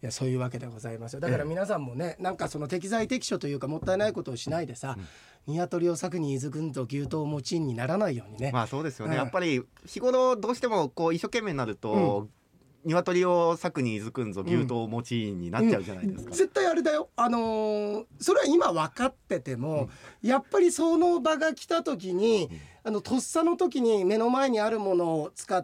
いやそういうわけでございますよ。だから皆さんもね、なんかその適材適所というかもったいないことをしないでさ、鶏を割くに伊豆くんぞ牛刀を持ちんにならないようにね。 まあそうですよね、やっぱり日頃どうしてもこう一生懸命になると、鶏を割くに伊豆くんぞ牛刀を持ちになっちゃうじゃないですか、 絶対あれだよ、それは今分かってても、やっぱりその場が来た時に、とっさの時に目の前にあるものを使って、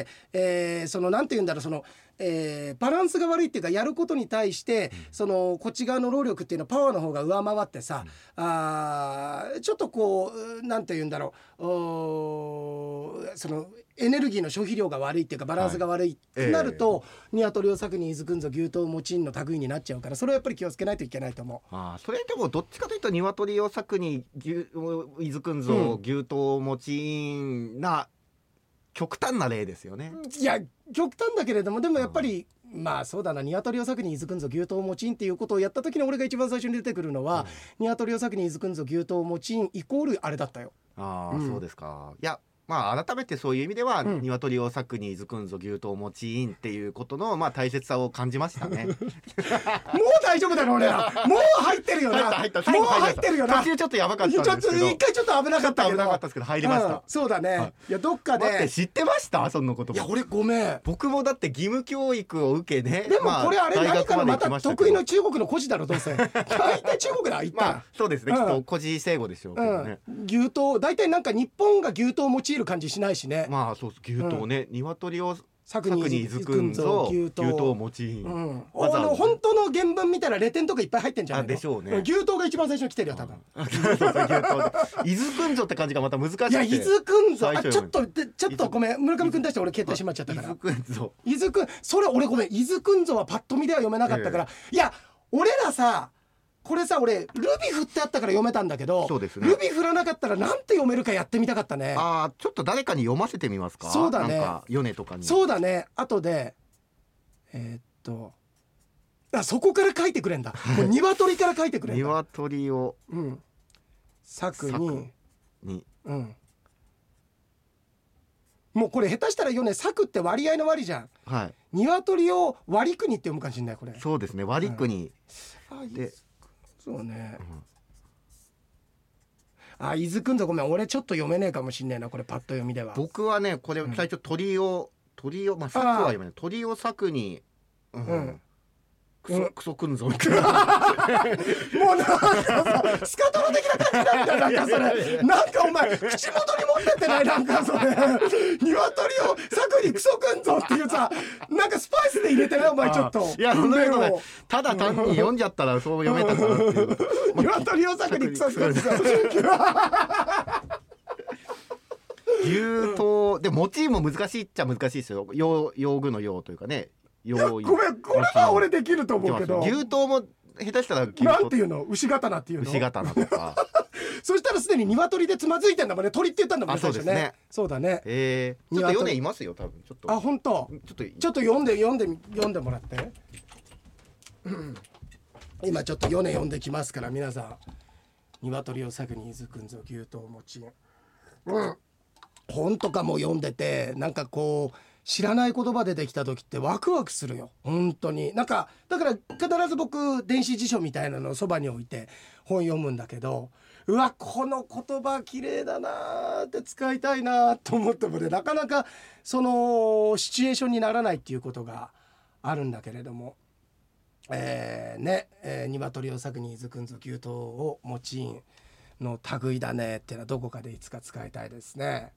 そのなんて言うんだろう、そのバランスが悪いっていうか、やることに対して、そのこっち側の労力っていうのはパワーの方が上回ってさ、ちょっとこうなんて言うんだろう、そのエネルギーの消費量が悪いっていうかバランスが悪いってなると、鶏を割くに伊豆くんぞ牛刀を持ちんの類になっちゃうから、それはやっぱり気をつけないといけないと思う。 それでもどっちかというと鶏を割くに伊豆くんぞ牛刀を持ちんな極端な例ですよね。 いや極端だけれども、でもやっぱり、まあそうだな、鶏を割くに伊豆くんぞ牛刀を持ちんっていうことをやった時に俺が一番最初に出てくるのは、鶏を割くに伊豆くんぞ牛刀を持ちんイコールあれだったよ。 そうですか。いやまあ改めてそういう意味では、鶏を割くに伊豆くんぞ牛刀を持ちんっていうことの大切さを感じましたね。もう大丈夫だろ俺ら。もう入ってるよな。もう入ってるよな。 途中ちょっとやばかったんですけど、 一回ちょっと危なかったけど、 入りました。 そうだね。いやどっかで。 待って、知ってましたそんなことも。 いや俺ごめん。 僕もだって義務教育を受けね。 でもこれあれ何かのまた得意の中国の孤児だろどうせ。大体中国だ言った。 そうですね。きっと孤児生語でしょうけどね。 牛刀大体なんか日本が牛刀を用いる感じしないしね。 そう牛刀ね、鶏を割くに伊豆くんぞ牛刀を持ち、 本当の原文見たらレテンとかいっぱい入ってんじゃないの。 でしょうね。 牛刀が一番最初に来てるよ多分。 伊豆くんぞって感じがまた難しくて。 いや伊豆くんぞ、ちょっとごめん、村上くん出して俺携帯しまっちゃったから。 伊豆くんぞ、 伊豆くん、それ俺ごめん、伊豆くんぞはパッと見では読めなかったから、いや俺らさこれさ、俺ルビ振ってあったから読めたんだけど、 そうですね、 ルビ振らなかったらなんて読めるかやってみたかったね。 ちょっと誰かに読ませてみますか。 そうだね、 なんか米とかに。 そうだね、後でそこから書いてくれんだ。もう鶏から書いてくれんだ。 鶏を割くにもうこれ下手したら米割くって割合の割じゃん。鶏を割り国って読むかもしれないこれ。 そうですね、割り国で、 そうね。伊豆くんぞごめん、俺ちょっと読めねえかもしんねえなこれパッと読みでは。 僕はねこれ最初鳥を割くは読めない。鳥を割くにクソくんぞみたいな。もうなんかさスカトロ的な感じなんだよ。なんかそれなんかお前口元に持ってってない。なんかそれ鶏を割くにクソくんぞっていうさ、なんかスパイスで入れてないお前ちょっと。 いやそんなことない。ただ単に読んじゃったらそう読めたかなっていう。 鶏を割くにクソくんぞ。 牛刀で持ちも難しいっちゃ難しいですよ。用具の用というかね。 ごめん、これは俺できると思うけど、 牛刀も下手したらなんていうの、牛刀っていうの、 牛刀とかそしたらすでに鶏でつまずいてんだもんね。鳥って言ったんだもんね。 そうですね。 そうだね。 ちょっと米いますよ多分。ちょっと本当。ちょっと読んでもらって。今ちょっと米読んできますから皆さん。鶏を割くに伊豆くんぞ牛刀を持ち。本とかも読んでて、なんかこう知らない言葉出てきた時ってワクワクするよ本当に。なんかだから必ず僕電子辞書みたいなのをそばに置いて本読むんだけど、うわこの言葉綺麗だなって使いたいなと思ってもね、なかなかそのシチュエーションにならないっていうことがあるんだけれども、鶏を割くに伊豆くんぞ牛刀を持ちんの類だねっていうのはどこかでいつか使いたいですね。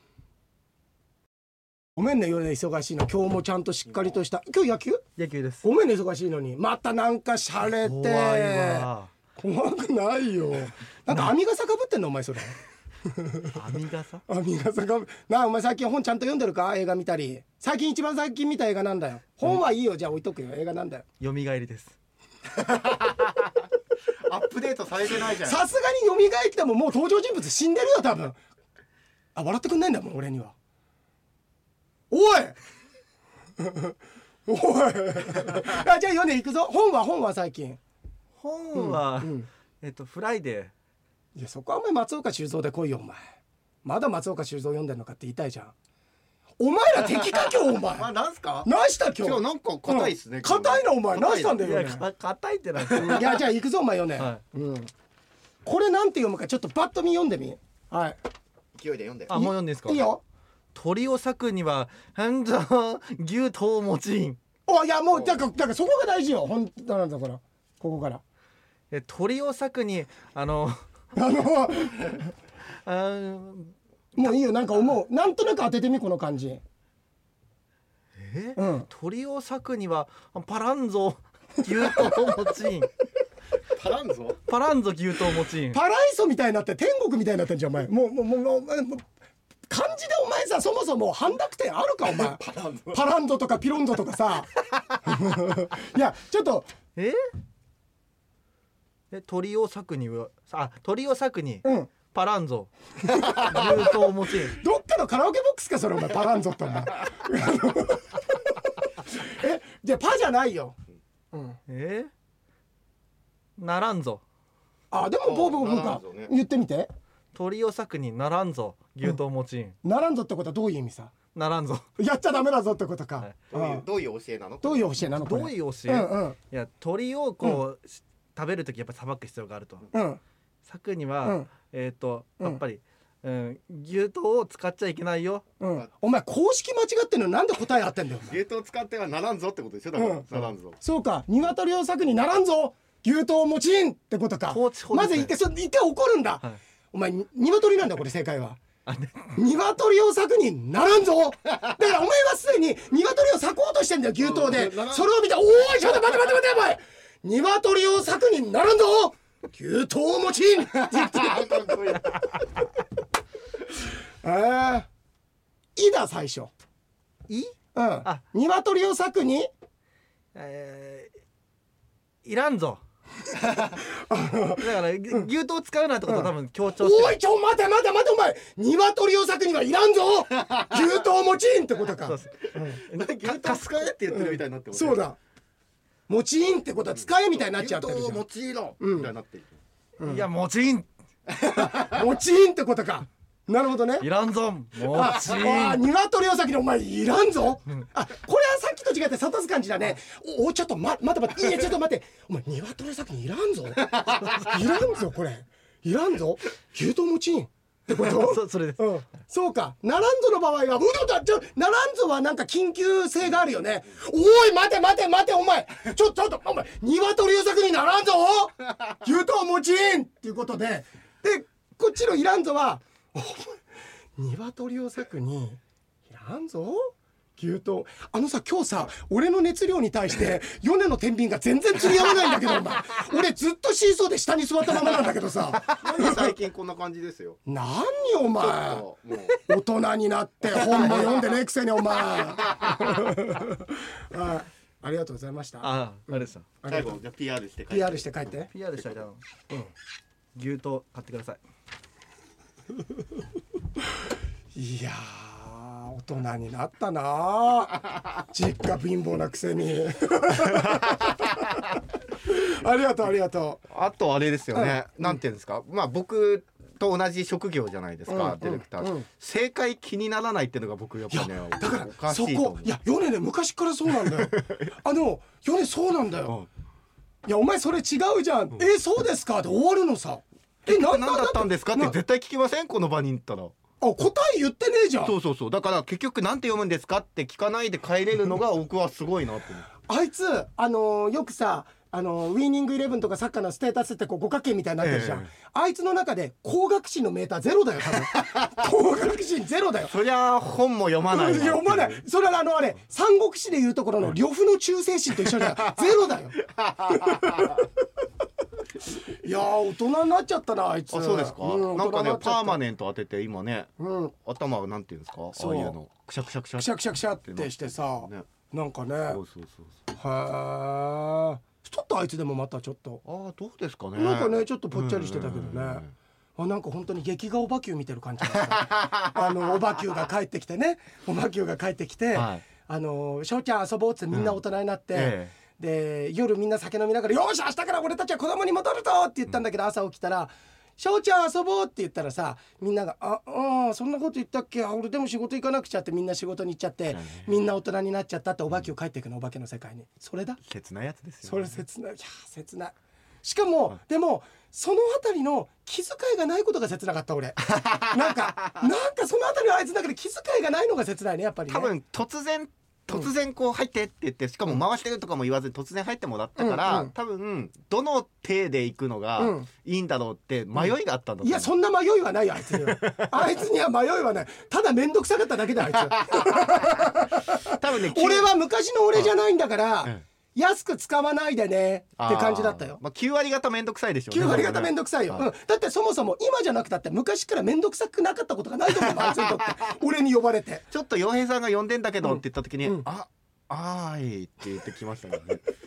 ごめんね夜忙しいの。今日もちゃんとしっかりとした。今日野球です。 ごめんね忙しいのにまたなんかしゃれて。怖くないよ。なんか網傘かぶってんのお前それ。 網傘かぶな。お前最近本ちゃんと読んでるか。映画見たり。一番最近見た映画なんだよ。本はいいよ、じゃあ置いとくよ。映画なんだよ。 よみがえりです。 アップデートされてないじゃん。 さすがによみがえってももう登場人物死んでるよ多分。笑ってくんないんだもん俺には。おいおいじゃあ米行くぞ。本は最近。 本は、フライデー。いやそこはお前松岡修造で来いよお前。まだ松岡修造読んでんのかって言いたいじゃん。 お前ら敵か今日お前あ、なんすか何した今日今日なんか硬いっすね、 硬いなお前何したんだいやよね硬いってなんですよいやじゃあ行くぞお前よね、 はこれなんて読むかちょっとパッと見読んでみはい勢いで読んで。 あもう読んでいいですか。 いいよ鳥を裂くには半蔵牛刀持ちん。 いやもうだからそこが大事よ本当なんだからここから鳥を裂くにああもういいよなんか思うなんとなく当ててみこの感じ鳥を裂くにはパランゾ牛刀持ちん。 パランゾ。 パランゾ牛刀持ちん。 パライソみたいになって天国みたいになってんじゃんお前もう漢字でお前さそもそも半濁点あるかお前パランゾとかピロンゾとかさいやちょっと鳥を裂くには鳥を裂くにうんパランゾ牛刀持ちん。 どっかのカラオケボックスかそれお前パランゾってお前じゃあパじゃないよならんぞ。 でもボーボーか言ってみて鳥を裂くにならんぞ牛刀持ちん。 ならんぞってことはどういう意味さならんぞ。 やっちゃダメだぞってことか、 はいどういう教えなの？ どういう教えなのこれどういう教え、いや鳥をこう、食べるときやっぱりさばく必要があると。 うん裂くには、やっぱり、牛刀を使っちゃいけないよ。 お前公式間違ってんのになんで答え合ってんだよお前牛刀使ってはならんぞってことでしょ。だから、ならんぞ。 そうか鶏を裂くにならんぞ牛刀持ちんってことか法ですねまず一回怒るんだ、 はいお前鶏なんだこれ正解は鶏を裂くにならんぞだからお前はすでに鶏を裂こうとしてんだよ牛刀でそれを見ておいちょっと待てお前鶏を裂くにならんぞ牛刀持ちんって言っていだ最初い鶏を裂くにいらんぞ。だから牛刀使うなってことは多分強調してる。 おい待てお前鶏を裂くにはいらんぞ牛刀持ちんってことかそうです牛刀使えって言ってるみたいになってます。 そうだ持ちんってことは使えみたいになっちゃってるじゃん持ちろみたいになってる。 いやもちん持ちんってことかなるほどねいらんぞもちん。 鶏を裂くにお前いらんぞこれはさっきと違って諭す感じだねちょっと待っていやちょっと待ってお前鶏を裂くにいらんぞいらんぞこれいらんぞ牛刀持ちんってことそれです、 そうかならんぞの場合はならんぞはなんか緊急性があるよねおい待てお前ちょっとお前鶏を裂くにならんぞ牛刀持ちんっていうことでこっちのいらんぞは鶏を裂くにいらんぞ牛刀さ今日さ俺の熱量に対して米の天秤が全然釣り合わないんだけどお前俺ずっとシーソーで下に座ったままなんだけどさ最近こんな感じですよ。 何お前もう大人になって本も読んでねえくせにお前ありがとうございましたあれでした。 最後じゃあ PR して帰って PR して帰って PR したら牛刀買ってください。 いや大人になったな実家貧乏なくせにありがとうあとあれですよね、なんていうんですか、まあ僕と同じ職業じゃないですか、ディレクター、正解気にならないっていうのが僕やっぱねだからおかしそいと思う。 こいや米ね昔からそうなんだよ米そうなんだよ、いやお前それ違うじゃん、そうですかって終わるのさ何だったんですかって絶対聞きませんこの場に行ったら。 答え言ってねえじゃんそうだから結局なんて読むんですかって聞かないで帰れるのが僕はすごいなって思う。 あいつよくさウィーニングイレブンとかサッカーのステータスってこう五角形みたいになってるじゃん、あいつの中で高学心のメーターゼロだよ多分高学心ゼロだよそりゃ本も読まないなっていう。 読まないそれはあれ三国志でいうところの呂布の忠誠心と一緒だよゼロだよいや大人になっちゃったなあいつ。 あそうですか、なんかねパーマネネント当てて今ね、頭はなんていうんですか、ああいうのくしゃくしゃくしゃくしゃくしゃくしゃってしてさ、なんかねそうはちょっとあいつでもまたちょっとどうですかね、 なんかねちょっとぽっちゃりしてたけどね、なんか本当に劇画オバキュー見てる感じだったオバキューが帰ってきてねオバキューが帰ってきて、翔ちゃん遊ぼうってみんな大人になって、で夜みんな酒飲みながらよし明日から俺たちは子供に戻るぞって言ったんだけど、朝起きたら翔ちゃん遊ぼうって言ったらさ、みんながそんなこと言ったっけ、俺でも仕事行かなくちゃって、みんな仕事に行っちゃって、みんな大人になっちゃったって、お化けを帰っていくの、お化けの世界に。それだ、 切ないやつですよ、 それ切ない。いや切ない。しかも、でもそのあたりの気遣いがないことが切なかった俺なんかそのあたりのあいつの中で気遣いがないのが切ないね、やっぱりね。 多分突然こう入ってって言って、しかも回してるとかも言わずに突然入ってもらったから、多分どの手で行くのがいいんだろうって迷いがあったんだと思う。 いやそんな迷いはないよ、あいつにはあいつには迷いはない。ただ面倒くさかっただけだ、あいつ多分ね、俺は昔の俺じゃないんだから、安く使わないでねって感じだったよ。 9割方めんどくさいでしょうね。 9割方めんどくさいよ、だってそもそも今じゃなくたって昔からめんどくさくなかったことがないと思うあいつにとって俺に呼ばれて、 ちょっと洋平さんが呼んでんだけどって言った時に、あーいって言ってきましたね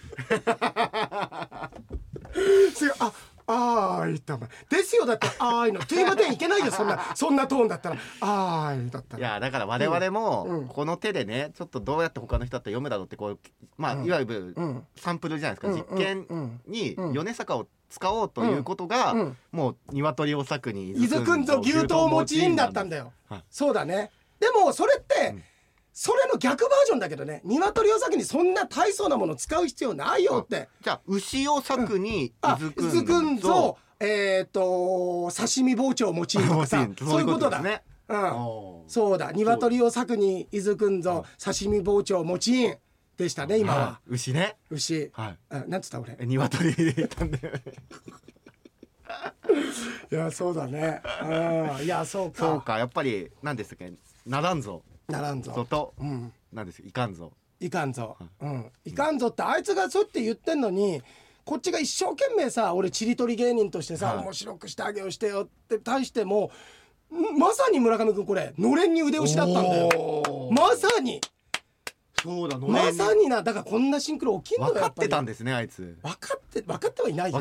言ったお前ですよ。だってのすいませんいけないよ、そんなトーンだったらだったら。 いやだから我々もこの手でね、ちょっとどうやって他の人だったら読むだろうって、こういわゆるサンプルじゃないですか、実験に米坂を使おうということが、もう鶏を裂くに伊豆くんと牛刀持ちだったんだよ。そうだね。でもそれって、それの逆バージョンだけどね、鶏を裂くにそんな大層なもの使う必要ないよって。 じゃあ牛を裂くに伊豆くんぞ刺身包丁持ちとかさ、そういうことだね。そうだ、鶏を裂くに伊豆くんぞ刺身包丁持ちでしたね、今は。 牛ね、 牛、なんつった俺、 鶏で言ったんだよねいやそうだね、いやそうかやっぱり何でしたっけ、ならんぞと、なんですよ、いかんぞいかんぞってあいつがそうって言ってんのに、こっちが一生懸命さ、俺ちりとり芸人としてさ、面白くしてあげようしてよって対しても、まさに村上くんこれのれんに腕押しだったんだよ。まさにそうだ、 まさにな。だからこんなシンクロ起きんのよ。 分かってたんですね、あいつ。 分かってはいないよ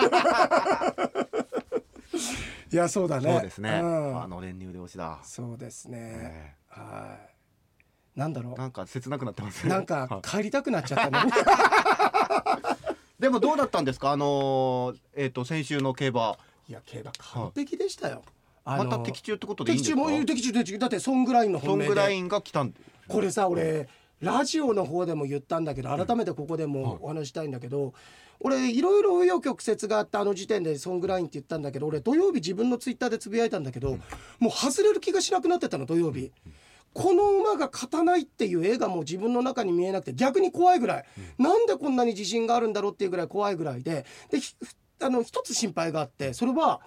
いやそうだね。 そうですね、のれんに腕押しだ。 そうですね、なんだろう、 なんか切なくなってますね。 なんか帰りたくなっちゃったねでもどうだったんですか、先週の競馬。 いや競馬完璧でしたよ。 また的中ってことでいいんですか。 的中だってソングラインの本命で、 ソングラインが来たんで、 これさ俺ラジオの方でも言ったんだけど、改めてここでもお話したいんだけど、俺いろいろ紆余曲折があった時点でソングラインって言ったんだけど、俺土曜日自分のツイッターでつぶやいたんだけど、もう外れる気がしなくなってたの土曜日。この馬が勝たないっていう絵がもう自分の中に見えなくて、逆に怖いぐらい、なんでこんなに自信があるんだろうっていうぐらい怖いぐらいで、一つ心配があって、それは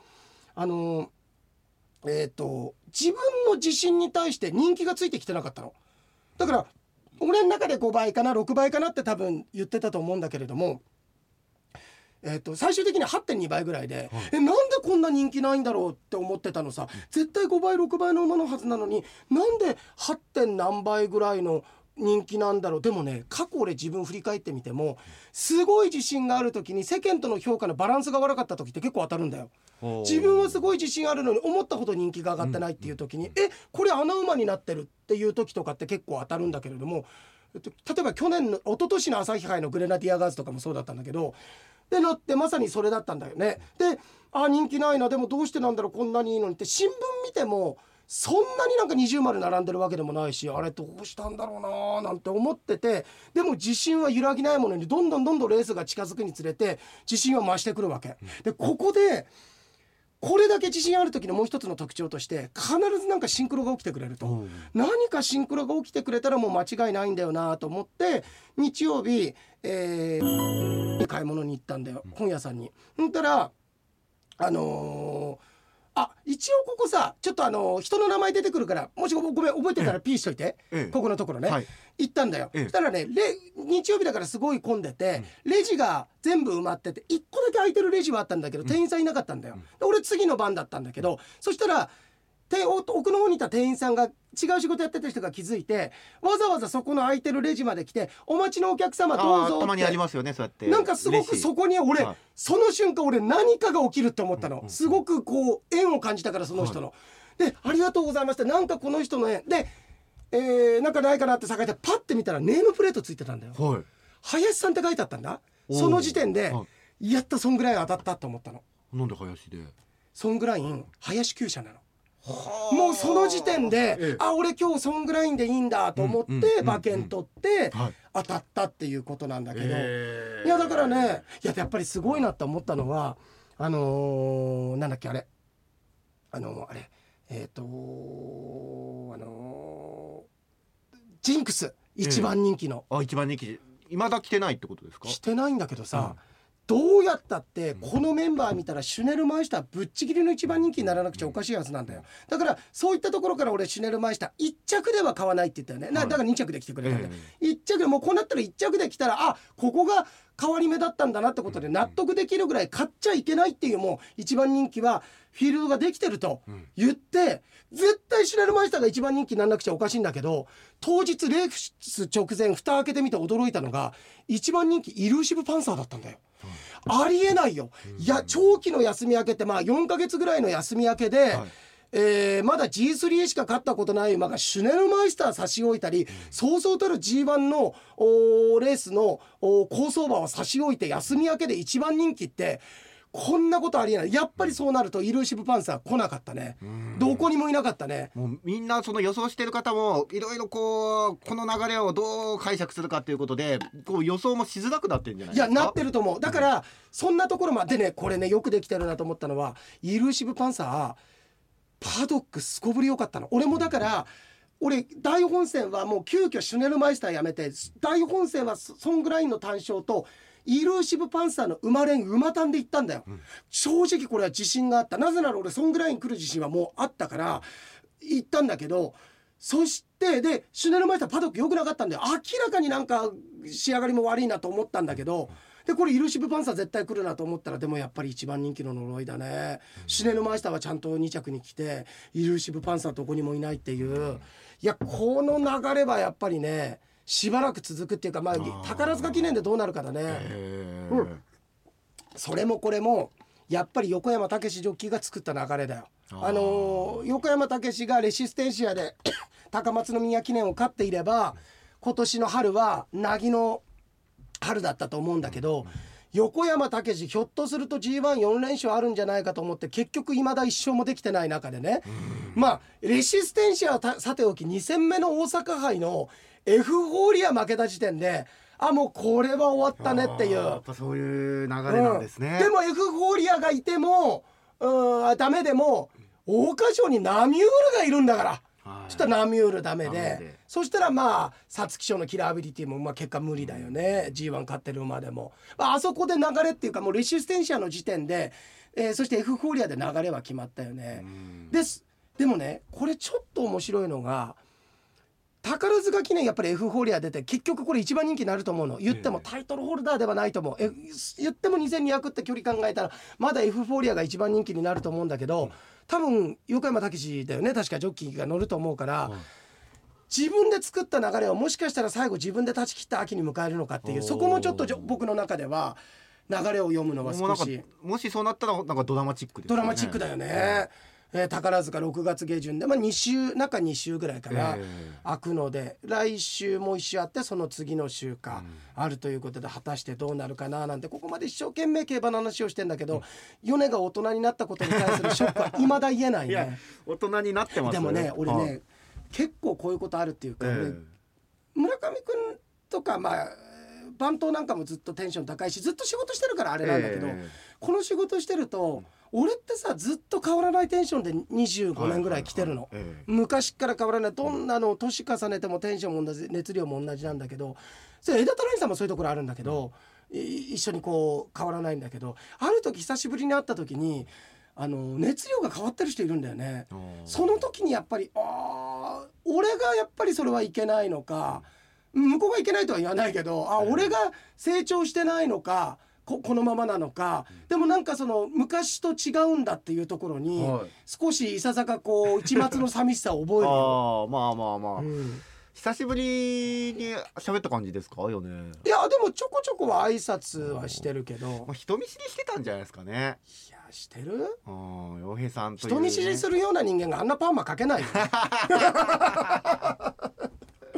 自分の自信に対して人気がついてきてなかったの。だから俺の中で5倍かな6倍かなって多分言ってたと思うんだけれども、最終的に 8.2 倍ぐらいで、なんでこんな人気ないんだろうって思ってたのさ。絶対5倍6倍の馬のはずなのに、なんで 8. 何倍ぐらいの人気なんだろう。でもね、過去俺自分振り返ってみても、すごい自信がある時に世間との評価のバランスが悪かった時って結構当たるんだよ。自分はすごい自信あるのに思ったほど人気が上がってないっていう時に、これ穴馬になってるっていう時とかって結構当たるんだけれども、例えば一昨年の朝日杯のグレナディアガーズとかもそうだったんだけど、でなってまさにそれだったんだよね。で人気ないな、でもどうしてなんだろうこんなにいいのにって、新聞見てもそんなになんか20丸並んでるわけでもないし、あれどうしたんだろうななんて思ってて、でも自信は揺らぎないものにどんどんレースが近づくにつれて自信は増してくるわけで、ここでこれだけ自信ある時のもう一つの特徴として、必ずなんかシンクロが起きてくれると、何かシンクロが起きてくれたらもう間違いないんだよなと思って、日曜日、買い物に行ったんだよ、本屋さんに。んたら一応ここさ、ちょっと人の名前出てくるから、もしごめん覚えてたらピーしといて、ここのところね、行ったんだよ。そしたらね、日曜日だからすごい混んでて、レジが全部埋まってて、1個だけ空いてるレジはあったんだけど、店員さんいなかったんだよ。で俺次の番だったんだけど、そしたら奥の方にいた店員さんが、違う仕事やってた人が気づいて、わざわざそこの空いてるレジまで来て、お待ちのお客様どうぞって。 たまにありますよね、そうやって。 なんかすごくそこに俺、その瞬間俺何かが起きるって思ったの。すごくこう縁を感じたから、その人の。でありがとうございました。なんかこの人の縁で、なんかないかなって探してパッて見たらネームプレートついてたんだよ。林さんって書いてあったんだ。その時点でやった、そんぐらい当たったと思ったの。 なんで林で。 ソングライン林厩舎なの。もうその時点で、あ、俺今日ソングラインでいいんだと思って馬券取って当たったっていうことなんだけど、いやだからね、いややっぱりすごいなって思ったのはなんだっけあれジンクス一番人気の、 一番人気未だ来てないってことですか？ 来てないんだけどさ、どうやったってこのメンバー見たらシュネルマイスターぶっちぎりの一番人気にならなくちゃおかしいはずなんだよ。だからそういったところから俺シュネルマイスター1着では買わないって言ったよね。だから2着で来てくれたんで、1着でもうこうなったら1着で来たら、あ、ここが変わり目だったんだなってことで納得できるぐらい買っちゃいけないっていう、もう一番人気はフィールドができてると言って、絶対シュネルマイスターが一番人気にならなくちゃおかしいんだけど、当日レース直前蓋開けてみて驚いたのが一番人気イルーシブパンサーだったんだよ。ありえないよ。いや長期の休み明けって、まあ4ヶ月ぐらいの休み明けで、まだ G3 しか勝ったことない馬がシュネルマイスター差し置いたり、そうそうたる G1 のレースの好走馬を差し置いて休み明けで一番人気って、こんなことありえない。やっぱりそうなるとイルーシブパンサー来なかったね。どこにもいなかったね。 もうみんなその予想してる方もいろいろこの流れをどう解釈するかということで予想もしづらくなってるんじゃないですか？ いやなってると思う。だからそんなところまでね、これねよくできてるなと思ったのは、イルーシブパンサーパドックすこぶり良かったの。俺もだから俺大本戦はもう急遽シュネルマイスターやめて、大本戦はソングラインの単勝とイルーシブパンサーの馬連馬単で行ったんだよ、正直これは自信があった。なぜなら俺ソングライン来る自信はもうあったから行ったんだけど、そしてでシュネルマイスターパドック良くなかったんで、明らかになんか仕上がりも悪いなと思ったんだけど、でこれイルーシブパンサー絶対来るなと思ったら、でもやっぱり一番人気の呪いだね。シュネルマイスターはちゃんと2着に来て、イルーシブパンサーどこにもいないっていう、いやこの流れはやっぱりねしばらく続くっていうか、まあ宝塚記念でどうなるかだね。それもこれもやっぱり横山武史ジョッキーが作った流れだよ。横山武史がレシステンシアで高松宮記念を勝っていれば今年の春は凪の春だったと思うんだけど、横山武史ひょっとすると G14 連勝あるんじゃないかと思って、結局未だ1勝もできてない中でね、まあレシステンシアはさておき2戦目の大阪杯のエフフォーリア負けた時点で、あ、もうこれは終わったねっていう、 やっぱそういう流れなんですね、 でもエフフォーリアがいてもダメでも桜花賞にナミュールがいるんだから、そしたらナミュールダメで、そしたらまあ皐月賞のキラーアビリティもまあ結果無理だよね、G1 勝ってる馬でも、あそこで流れっていうかもうレシステンシアの時点で、そしてエフフォーリアで流れは決まったよね。でもねこれちょっと面白いのが、宝塚記念やっぱりエフフォーリア出て結局これ一番人気になると思うの。言ってもタイトルホルダーではないと思う。言っても2200って距離考えたらまだエフフォーリアが一番人気になると思うんだけど、多分横山武史だよね確かジョッキーが乗ると思うから、自分で作った流れをもしかしたら最後自分で断ち切った秋に迎えるのかっていう、そこもちょっと僕の中では流れを読むのは少し、 もしそうなったらなんかドラマチックですね。 ドラマチックだよね、宝塚6月下旬で、まあ、中2週ぐらいから開くので、来週も1週あってその次の週かあるということで、果たしてどうなるかななんて、ここまで一生懸命競馬の話をしてんだけど、米が大人になったことに対するショックは未だ言えないね。 いや大人になってますよ。 でもね俺ね、結構こういうことあるっていうか、俺村上くんとかまあ番頭なんかもずっとテンション高いしずっと仕事してるからあれなんだけど、この仕事してると俺ってさずっと変わらないテンションで25年ぐらい来てるの、昔から変わらない。どんなの年重ねてもテンションも同じ、熱量も同じなんだけど、それ枝太郎さんもそういうところあるんだけど、一緒にこう変わらないんだけど、ある時久しぶりに会った時に熱量が変わってる人いるんだよね。その時にやっぱり俺がやっぱりそれはいけないのか、向こうがいけないとは言わないけど、俺が成長してないのかこのままなのか、でもなんかその昔と違うんだっていうところに、少しいささかこう一抹の寂しさを覚えるよ。 まあ、久しぶりに喋った感じですかよね。 いやでもちょこちょこは挨拶はしてるけど、 人見知りしてたんじゃないですかね。 いやしてる？ 洋平さんという、 人見知りするような人間があんなパーマかけないよ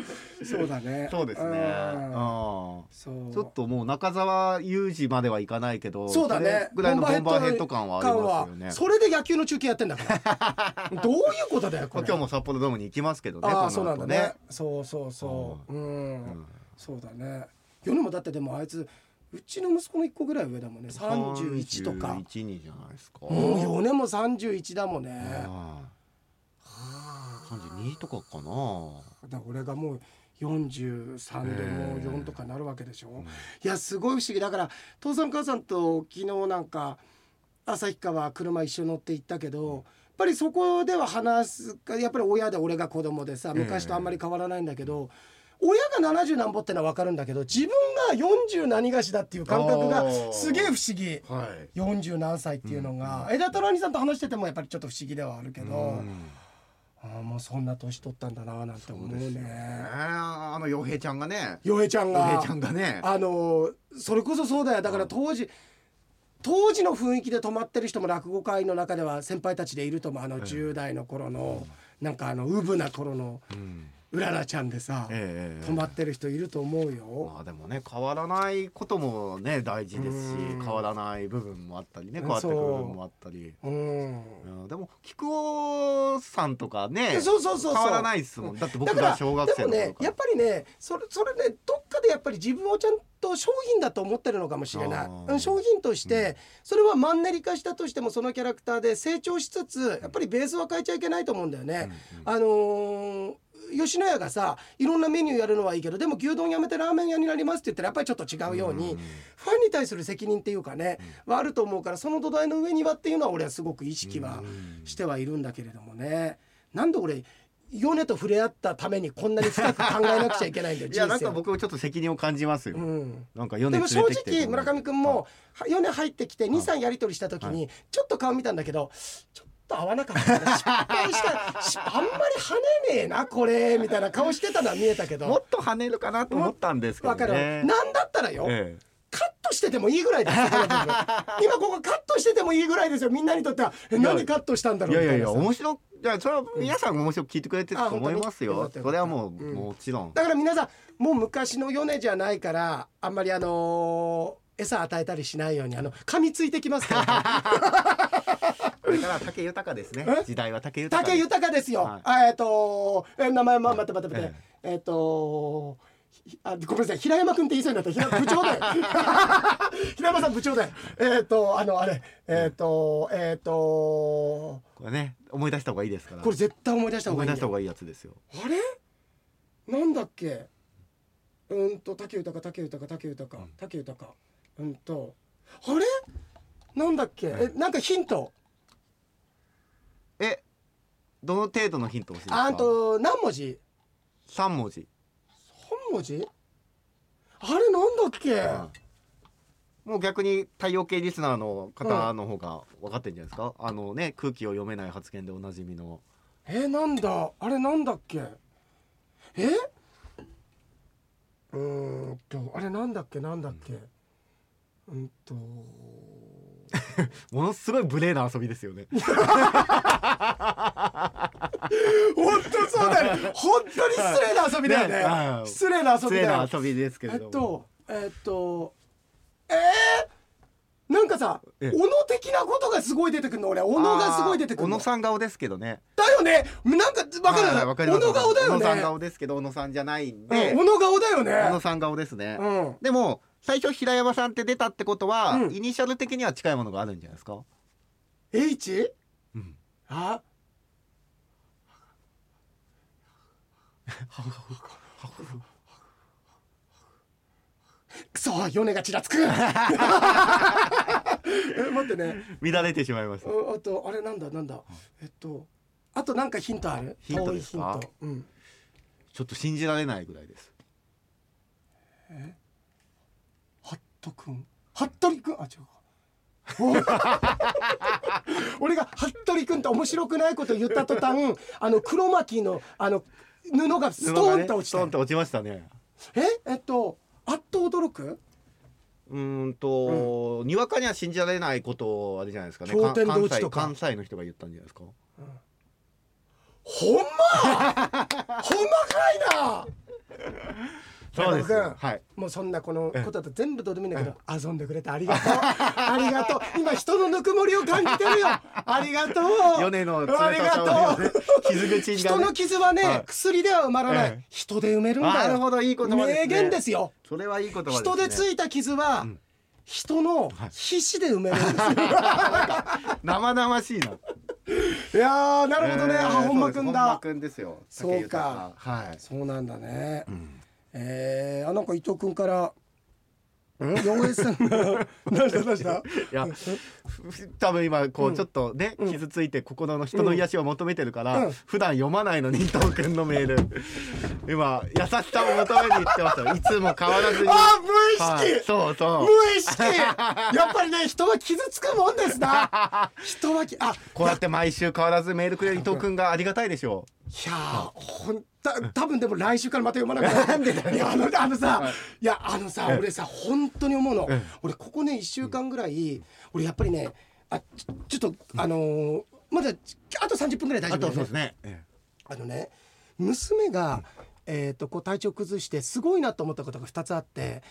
そうだね。 そうですね。 そうちょっともう中澤佑二まではいかないけど、 そうだね。 ぐらいのボンバーヘッド感はありますよね。 それで野球の中継やってんだからどういうことだよこれ。 今日も札幌ドームに行きますけどね。 そうなんだね。そうそうだね。米もだってでもあいつうちの息子の1個ぐらい上だもんね。31とか。 31人じゃないですか。 米も31だもんね。 32とかかな。 だから俺がもう43でもう4とかなるわけでしょ。いやすごい不思議だから、父さん母さんと昨日なんか旭川車一緒乗って行ったけど、やっぱりそこでは話すやっぱり親で俺が子供でさ、昔とあんまり変わらないんだけど、親が70何歩ってのは分かるんだけど、自分が40何がしだっていう感覚がすげえ不思議、40何歳っていうのが、枝太郎兄さんと話しててもやっぱりちょっと不思議ではあるけど、もうそんな年取ったんだななんて思うね。 洋平ちゃんがね、 洋平ちゃんがね、 それこそそうだよ。だから当時の雰囲気で泊まってる人も落語界の中では先輩たちでいると思う。10代の頃のなんかうぶな頃のうららちゃんでさ、泊まってる人いると思うよ。 でもね、変わらないこともね大事ですし、変わらない部分もあったりね、変わってくる部分もあったり、でも菊尾さんとかね、変わらないですもん。だって僕が小学生の頃から。でもね、 やっぱりね、それね、どっかでやっぱり自分をちゃんと商品だと思ってるのかもしれない。商品としてそれはマンネリ化したとしても、そのキャラクターで成長しつつ、やっぱりベースは変えちゃいけないと思うんだよね。吉野家がさ、いろんなメニューやるのはいいけど、でも牛丼やめてラーメン屋になりますって言ったらやっぱりちょっと違うように、ファンに対する責任っていうかね、はあると思うから、その土台の上にはっていうのは俺はすごく意識はしてはいるんだけれどもね。なんで俺米と触れ合ったためにこんなに深く考えなくちゃいけないんだよ。 いや、なんか僕もちょっと責任を感じますよ。なんか米連れてきて。 でも正直村上くんも米入ってきて 2,3 やり取りした時にちょっと顔見たんだけど、ちょっと合わなかったな、失敗したあんまり跳ねねえなこれみたいな顔してたのは見えたけど、 もっと跳ねるかなと思ったんですけどね。 わかる。なんだったらよ、カットしててもいいぐらいですよ今ここカットしててもいいぐらいですよ。みんなにとっては何カットしたんだろうみたいなさ。 面白い。いや、それは皆さん面白く聞いてくれてると思いますよ。それはもう、もちろん。 だから皆さんもう昔の米じゃないから、あんまり餌与えたりしないように噛みついてきますからこれから竹豊ですね。時代は竹豊です。 竹豊ですよ。名前待ってごめんなさい、平山君って言いそうになった。部長だよ平山さん部長だよ。 これね、思い出した方がいいですから。 これ絶対思い出した方がいい。 思い出した方がいいやつですよ。 あれなんだっけ。竹豊あれなんだっけ。なんかヒント。 どの程度のヒントを欲しいですか。 何文字。 3文字。 3文字。あれなんだっけ。 もう逆に太陽系リスナーの方の方が分かってんじゃないですか。空気を読めない発言でおなじみの。 なんだあれなんだっけ。あれなんだっけ。 ものすごい無礼な遊びですよね。 本当そうだよ。本当に失礼な遊びだよね。失礼な遊びだよ。 失礼な遊びですけれども。 なんかさ、小野的なことがすごい出てくるの。俺小野がすごい出てくるの。 小野さん顔ですけどね。 だよね。なんか分かるよね。小野顔だよね。 小野さん顔ですけど小野さんじゃないんで。 小野顔だよね。 小野さん顔ですね。でも最初平山さんって出たってことは、イニシャル的には近いものがあるんじゃないですか。 H？ くそ、米がちらつく待ってね、 乱れてしまいました。 あれなんだあとなんかヒントある。 ヒントですか。ちょっと信じられないぐらいです。 服部くん。違うか俺が服部くんって面白くないこと言った途端、黒巻きの布がストーンと落ちた。 ストーンと落ちましたね。 あっと驚く。 にわかには信じられないことあれじゃないですかね。関西の人が言ったんじゃないですか。 ほんまかいな。 そうです中野君はい。 もうそんなこのことだと全部どうでもいいんだけど、遊んでくれてありがとうありがとう。今人のぬくもりを感じてるよ。ありがとう。 米の冷たありさをがとう。 傷口が人のね。 傷はね、 はい薬では埋まらない、 ええ人で埋めるんだよ。 なるほど、いい言葉ですね。 名言ですよ。 それはいい言葉ですね。 人でついた傷は、人の皮脂で埋めるんですよ、 生々しいな。 いやーなるほどね、本間くん本間だ。 くんですよ。 そうか武豊はい。 そうなんだね、 んなんか伊藤くんから洋平さんが何したいや多分今こうちょっとね、傷ついて心の人の癒しを求めてるから、普段読まないのに伊藤君のメール今優しさを求めに行ってますよ。いつも変わらずに。 あ無意識、 はい、そうそう無意識やっぱりね人は傷つくもんですな人はこうやって毎週変わらずメールくれる伊藤君がありがたいでしょう。 いやー多分でも来週からまた読まなくなる。なんでだよ。あのさ、いや俺さ本当に思うの。俺ここね1週間ぐらい、俺やっぱりねちょっとまだあと30分ぐらい大丈夫だよね。 そうですね。 娘がこう体調崩してすごいなと思ったことが2つあって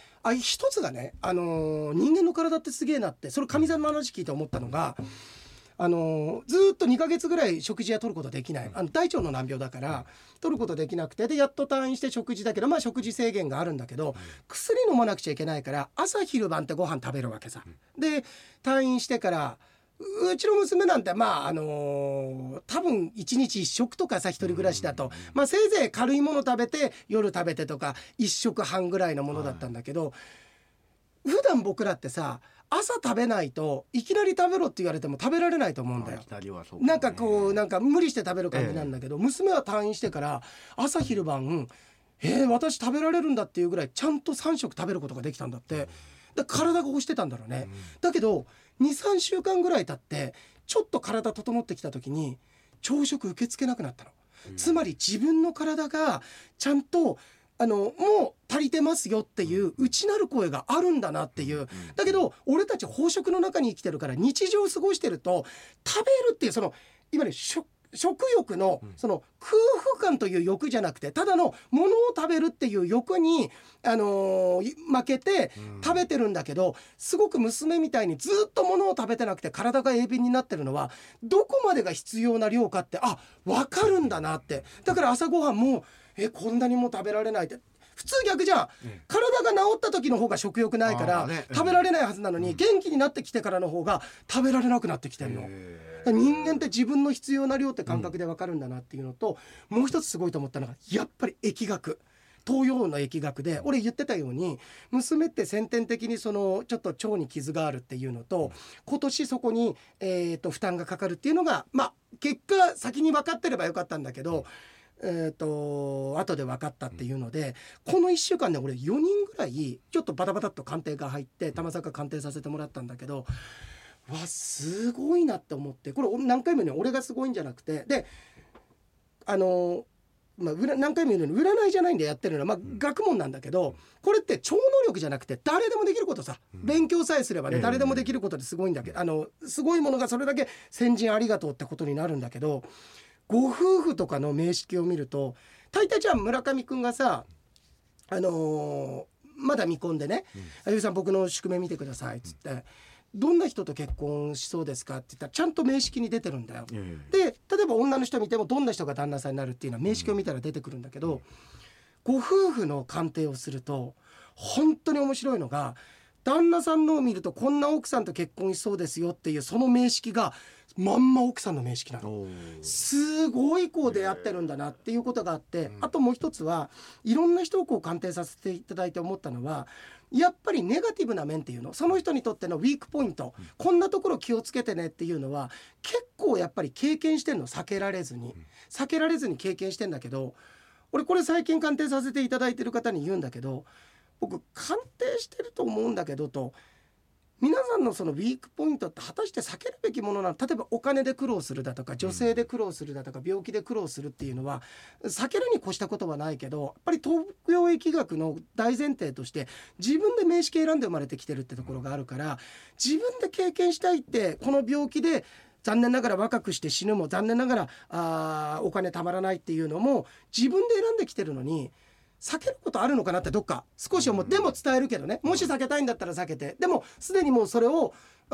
、1つがね人間の体ってすげえなって、それかみさんの話聞いて思ったのが。ずーっと2ヶ月ぐらい食事は取ることできない、大腸の難病だから取ることできなくて、でやっと退院して食事だけど、食事制限があるんだけど、薬飲まなくちゃいけないから朝昼晩ってご飯食べるわけさ。で退院してからうちの娘なんて多分1日1食とかさ、一人暮らしだと、せいぜい軽いもの食べて夜食べてとか1食半ぐらいのものだったんだけど、普段僕らってさ朝食べないといきなり食べろって言われても食べられないと思うんだよ。なんかこう無理して食べる感じなんだけど、娘は退院してから朝昼晩私食べられるんだっていうぐらいちゃんと3食食べることができたんだって。だから体が欲してたんだろうね、だけど 2,3 週間ぐらい経ってちょっと体整ってきた時に朝食受け付けなくなったの、つまり自分の体がちゃんともう足りてますよっていう内なる声があるんだなっていう。だけど俺たち飽食の中に生きてるから、日常を過ごしてると食べるっていうそのいわゆる食欲のその空腹感という欲じゃなくて、ただのものを食べるっていう欲に負けて食べてるんだけど、すごく娘みたいにずっとものを食べてなくて体が鋭敏になってるのはどこまでが必要な量かって分かるんだなって。だから朝ごはんもこんなにも食べられないって、普通逆じゃん、体が治った時の方が食欲ないから食べられないはずなのに、元気になってきてからの方が食べられなくなってきてるの。人間って自分の必要な量って感覚で分かるんだなっていうのと、もう一つすごいと思ったのがやっぱり疫学、東洋の疫学で、俺言ってたように娘って先天的にそのちょっと腸に傷があるっていうのと、今年そこに負担がかかるっていうのが結果先に分かってればよかったんだけど後で分かったっていうので、この1週間で俺4人ぐらいちょっとバタバタっと鑑定が入って玉坂鑑定させてもらったんだけど、すごいなって思って、これ何回もね俺がすごいんじゃなくて、で何回も言うのに占いじゃないんでやってるのは、学問なんだけど、これって超能力じゃなくて誰でもできることさ、勉強さえすればね誰でもできることですごいんだけど、すごいものがそれだけ先人ありがとうってことになるんだけど、ご夫婦とかの名式を見ると大体じゃあ村上くんがさまだ未婚でね、ゆうさん僕の宿命見てくださいっつって、どんな人と結婚しそうですかって言ったらちゃんと名式に出てるんだよ。で例えば女の人見てもどんな人が旦那さんになるっていうのは名式を見たら出てくるんだけど、ご夫婦の鑑定をすると本当に面白いのが、旦那さんのを見るとこんな奥さんと結婚しそうですよっていうその名式がまんま奥さんの名式なの。すごいこう出会ってるんだなっていうことがあって、あともう一つはいろんな人をこう鑑定させていただいて思ったのは、やっぱりネガティブな面っていうの、その人にとってのウィークポイント、こんなところ気をつけてねっていうのは結構やっぱり経験してんの、避けられずに経験してんだけど、俺これ最近鑑定させていただいてる方に言うんだけど、僕鑑定してると思うんだけどと、皆さんのそのウィークポイントって果たして避けるべきものなの？例えばお金で苦労するだとか、女性で苦労するだとか、病気で苦労するっていうのは避けるに越したことはないけど、やっぱり東洋疫学の大前提として自分で名式選んで生まれてきてるってところがあるから、自分で経験したいって、この病気で残念ながら若くして死ぬも、残念ながらお金たまらないっていうのも自分で選んできてるのに、 避けることあるのかなってどっか少し思う。でも伝えるけどね、もし避けたいんだったら避けて、でもすでにもうそれを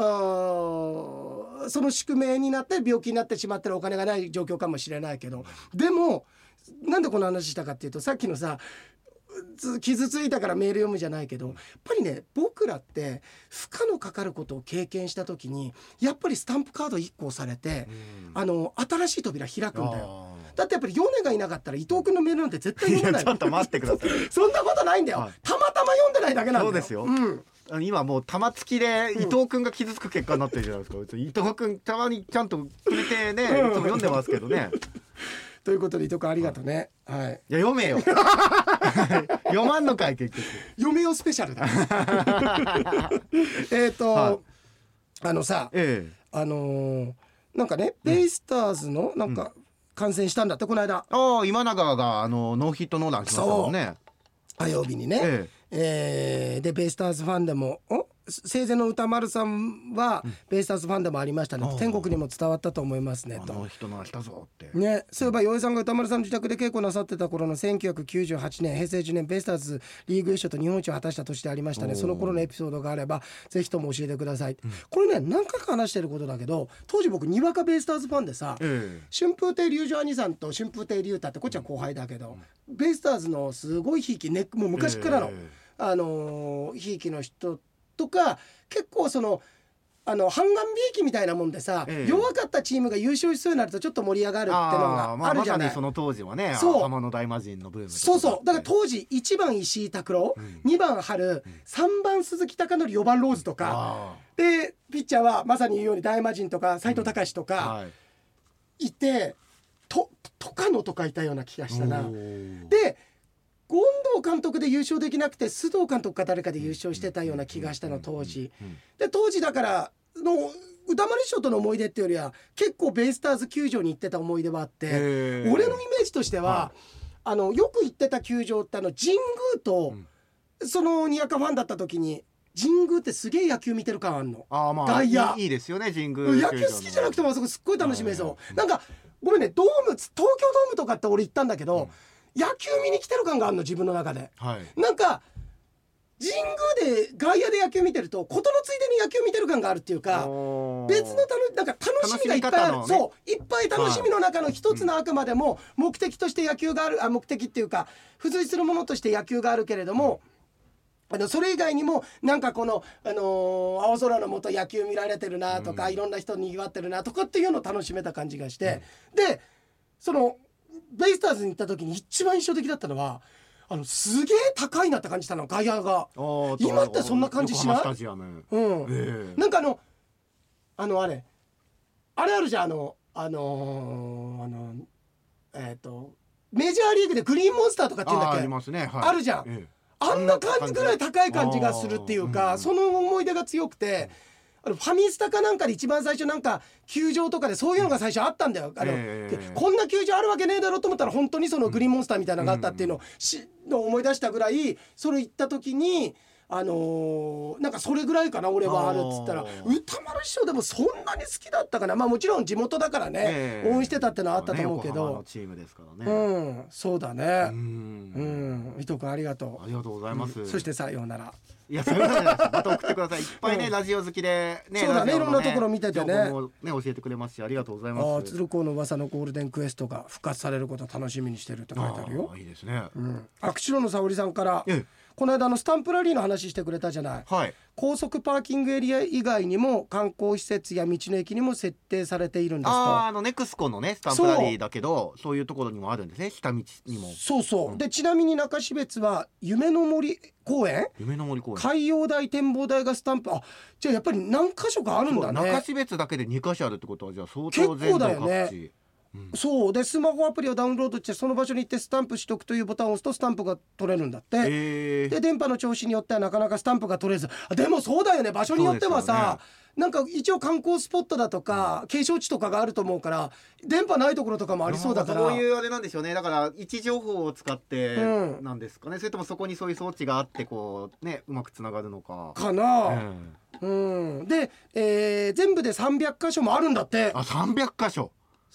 その宿命になって病気になってしまってるお金がない状況かもしれないけど、でもなんでこの話したかっていうと、さっきのさ傷ついたからメール読むじゃないけど、やっぱりね僕らって負荷のかかることを経験した時にやっぱりスタンプカード1個押されて、新しい扉開くんだよ。だってやっぱり米がいなかったら伊藤君のメールなんて絶対読めない。 ちょっと待ってくださいそんなことないんだよ、 はい、 たまたま読んでないだけなんだよ。 そうですよ、今もう玉突きで伊藤君が傷つく結果になってるじゃないですか、伊藤君たまにちゃんとくれてね、いつも読んでますけどねということで伊藤君ありがとうね、はい、 いや読めよ読まんのかい結局。 読めよスペシャルださ、なんかねベイスターズのなんか観戦したんだってこの間。 今永がノーヒットノーランしましたもんね、 火曜日にね、でベイスターズファンでも生前の歌丸さんはベイスターズファンでもありましたね、天国にも伝わったと思いますねと。 人のしたぞってね、そういえば洋江さんが歌丸さんの自宅で稽古なさってた頃の1998年平成10年ベイスターズリーグ優勝と日本一を果たした年でありましたね。その頃のエピソードがあればぜひとも教えてください、これね何回か話してることだけど、当時僕にわかベイスターズファンでさ、春風亭龍二兄さんと春風亭龍太ってこっちは後輩だけど、ベイスターズのすごいひいきね、もう昔からのひいきの人とか結構その半眼美意みたいなもんでさ、弱かったチームが優勝しそうになるとちょっと盛り上がるってのがあるじゃない。 まさにその当時はね、浜の大魔神のブーム。 そうだから当時1番石井拓郎、2番春、3番鈴木貴則、4番ローズとかで、ピッチャーはまさに言うように大魔神とか斎藤隆とかいて、戸野とかいたような気がしたな。で権藤監督で優勝できなくて須藤監督か誰かで優勝してたような気がしたの当時で、当時だからの歌丸師匠との思い出っていうよりは結構ベイスターズ球場に行ってた思い出はあって、俺のイメージとしては、よく行ってた球場って神宮と、そのにわかファンだった時に神宮ってすげえ野球見てる感あんの。外野いいですよね神宮。 野球好きじゃなくてもあそこすっごい楽しめそう。なんかごめんね、東京ドームとかって俺行ったんだけど、野球見に来てる感があるの自分の中で、なんか神宮で外野で野球見てるとことのついでに野球見てる感があるっていうか、別のなんか楽しみがいっぱいある、そういっぱい楽しみの中の一つのあくまでも目的として野球がある、目的っていうか付随するものとして野球があるけれども、それ以外にもなんかこの、青空の下野球見られてるなとか、いろんな人にぎわってるなとかっていうのを楽しめた感じがして、でそのベイスターズに行った時に一番印象的だったのはすげえ高いなって感じたの、外野が。今ってそんな感じしない？なんかあれあるじゃん、メジャーリーグでグリーンモンスターとかっていうんだっけ、 あるじゃん、あんな感じぐらい高い感じがするっていうか、その思い出が強くて、ファミスタかなんかで一番最初なんか球場とかでそういうのが最初あったんだよ。こんな球場あるわけねえだろうと思ったら本当にそのグリーンモンスターみたいなのがあったっていうのを思い出したぐらい、それ行った時になんかそれぐらいかな俺はあるっつったら、歌丸師匠でもそんなに好きだったかな。もちろん地元だからね、応援してたってのはあったと思うけど、 横浜のチームですからね。 そうだね。伊藤君ありがとう。 ありがとうございます。 そしてさようなら。 いや、それなんです。また送ってください。いっぱいね、ラジオ好きでね、 そうだね、いろんなところ見ててね、 情報もね教えてくれますし、ありがとうございます。 鶴光の噂のゴールデンクエストが復活されることを楽しみにしてるって書いてあるよ。 いいですね。 釧路の沙織さんから、この間スタンプラリーの話してくれたじゃない。高速パーキングエリア以外にも観光施設や道の駅にも設定されているんですと。 ネクスコのねスタンプラリーだけど、そういうところにもあるんですね、下道にも。 そうで、ちなみに中標津は夢の森公園、海洋台展望台がスタンプ、じゃあやっぱり何箇所かあるんだね。 中標津だけで2箇所あるってことは、じゃあ相当全国各地。結構だよね。 そうで、スマホアプリをダウンロードしてその場所に行ってスタンプ取得というボタンを押すとスタンプが取れるんだって。で電波の調子によってはなかなかスタンプが取れず、でもそうだよね、場所によってはさ、なんか一応観光スポットだとか景勝地とかがあると思うから、電波ないところとかもありそうだから、 そういうあれなんでしょうね。だから位置情報を使ってなんですかね、それともそこにそういう装置があってこうねうまくつながるのかな。で、全部で300箇所もあるんだって。 300箇所。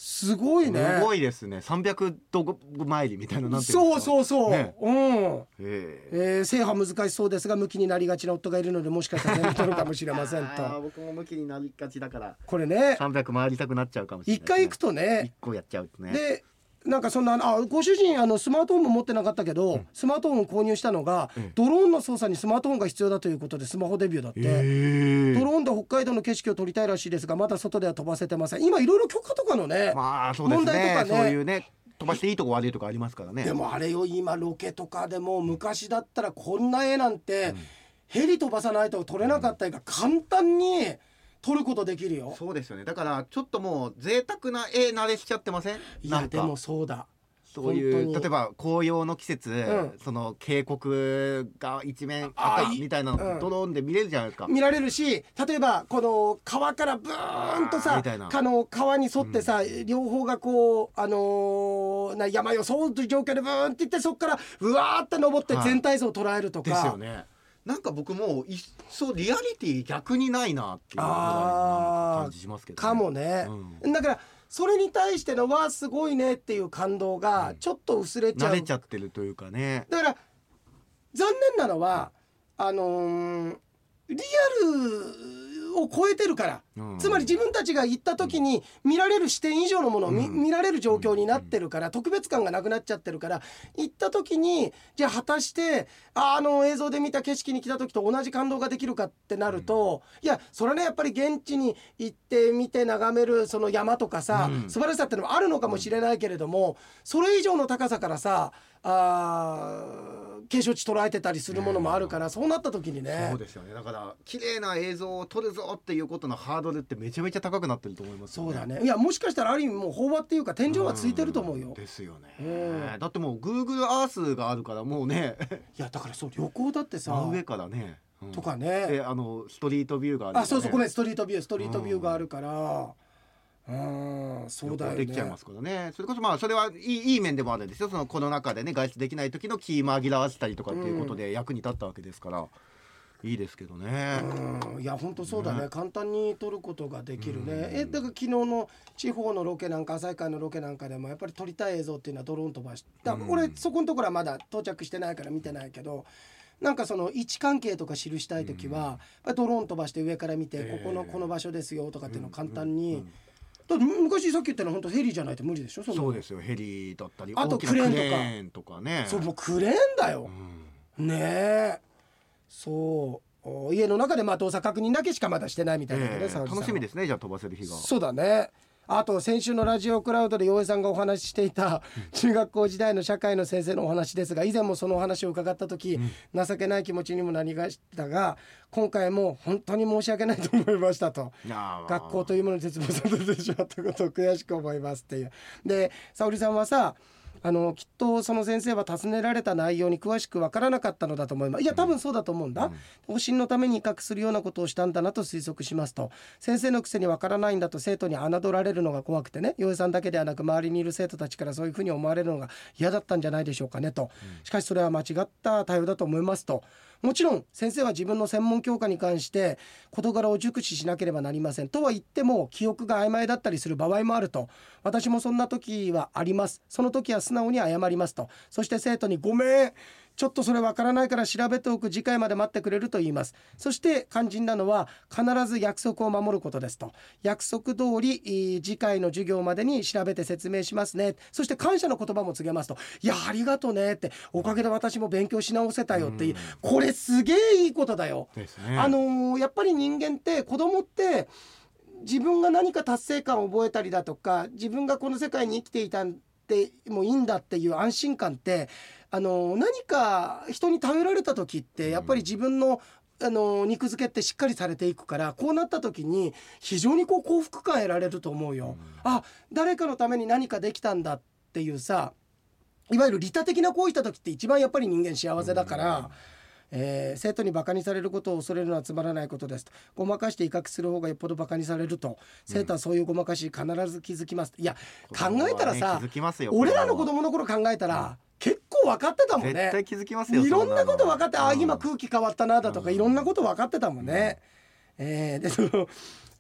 すごいね。 すごいですね。300度参りみたいななんていそううそうそう、 ね制覇難しそうですが、向きになりがちな夫がいるので、もしかしたら手に取るかもしれませんと。 僕も向きになりがちだからこれね、 300回りたくなっちゃうかもしれない、 一回行くとね、 1個やっちゃうとね。 でなんかそんなご主人スマートフォンも持ってなかったけど、スマートフォンを購入したのが、ドローンの操作にスマートフォンが必要だということでスマホデビューだって、ドローンで北海道の景色を撮りたいらしいですが、まだ外では飛ばせてません。今いろいろ許可とかのね、 そうですね、 問題とかね、 そういうね、飛ばしていいとこ悪いとこありますからね。 でもあれよ、今ロケとかでも昔だったらこんな絵なんて、ヘリ飛ばさないと撮れなかった絵が簡単に撮ることできるよ。 そうですよね。だからちょっともう贅沢な絵慣れしちゃってません？ いやでもそうだ、 そういう例えば紅葉の季節、その渓谷が一面赤みたいなのドローンで見れるじゃないですか。 見られるし、例えばこの川からブーンとさ、川に沿ってさ、両方がこう山よそうという状況でブーンっていって、そこからうわーって登って全体像を捉えるとか、 ですよね。なんか僕も一層リアリティ逆にないなっていう感じしますけどね。 かもね、だからそれに対してのはすごいねっていう感動がちょっと薄れちゃう、 慣れちゃってるというかね。 だから残念なのはリアルを超えてるから、つまり自分たちが行った時に見られる視点以上のものを 見られる状況になってるから、特別感がなくなっちゃってるから、行った時にじゃあ果たして映像で見た景色に来た時と同じ感動ができるかってなると、いやそれはね、やっぱり現地に行って見て眺めるその山とかさ、素晴らしさってのもあるのかもしれないけれども、それ以上の高さからさ景勝地捉えてたりするものもあるから、そうなった時にね。 そうですよね。だから綺麗な映像を撮るぞっていうことのハードルってめちゃめちゃ高くなってると思いますよね。 そうだね。いやもしかしたらある意味もう飽和っていうか天井はついてると思うよ。 ですよね。だってもう Google Earth があるからもうねいやだからそう旅行だってさ、 真上からね、 とかね、 ストリートビューがあるからね。 そうごめん、ストリートビューがあるから、そうだよね。 できちゃいますからね。それこそそれはいい面でもあるんですよ。そのコロナ禍でね外出できない時の気紛らわせたりとかっていうことで役に立ったわけですから、いいですけどね。 いや本当そうだね、簡単に撮ることができるね。だから昨日の地方のロケなんか旭川のロケなんかでもやっぱり撮りたい映像っていうのはドローン飛ばして、俺そこのところはまだ到着してないから見てないけど、なんかその位置関係とか記したい時は、ドローン飛ばして上から見て、この場所ですよとかっていうのを簡単に、昔さっき言ったの本当ヘリじゃないと無理でしょ。 そうですよ。ヘリだったり、 あとクレーンとかね。 そうもうクレーンだよ、ねえ。そう家の中で動作確認だけしかまだしてないみたいなね、 楽しみですね。じゃあ飛ばせる日が。 そうだね。あと先週のラジオクラウドで洋江さんがお話ししていた中学校時代の社会の先生のお話ですが、以前もそのお話を伺った時、情けない気持ちにもなりましたが、今回も本当に申し訳ないと思いましたと、学校というものに絶望させてしまったことを悔しく思いますっていう。で沙織さんはさ、きっとその先生は尋ねられた内容に詳しく分からなかったのだと思います。いや多分そうだと思うんだ、方針のために威嚇するようなことをしたんだなと推測しますと、先生のくせに分からないんだと生徒に侮られるのが怖くてね、洋江さんだけではなく周りにいる生徒たちからそういうふうに思われるのが嫌だったんじゃないでしょうかねと。しかしそれは間違った対応だと思いますと。もちろん先生は自分の専門教科に関して事柄を熟知しなければなりませんとは言っても、記憶が曖昧だったりする場合もあると。私もそんな時はあります。その時は素直に謝りますと。そして生徒にごめん、ちょっとそれわからないから調べておく、次回まで待ってくれると言います。そして肝心なのは必ず約束を守ることですと。約束通り次回の授業までに調べて説明しますね。そして感謝の言葉も告げますと。いやありがとうねって、おかげで私も勉強し直せたよっていう、これすげえいいことだよ。 ですね。 やっぱり人間って子供って自分が何か達成感を覚えたりだとか、自分がこの世界に生きていたんでもいいんだっていう安心感って何か人に頼られた時ってやっぱり自分の肉付けってしっかりされていくから、こうなった時に非常に幸福感得られると思うよ。誰かのために何かできたんだっていうさ、いわゆる利他的な行為した時って一番やっぱり人間幸せだから、生徒にバカにされることを恐れるのはつまらないことですと。ごまかして威嚇する方がよっぽどバカにされると。生徒はそういうごまかし必ず気づきます。いや考えたらさ、俺らの子供の頃考えたら、結構分かってたもんね。 絶対気づきますよ。 いろんなこと分かって、今空気変わったなだとか、いろんなこと分かってたもんね。で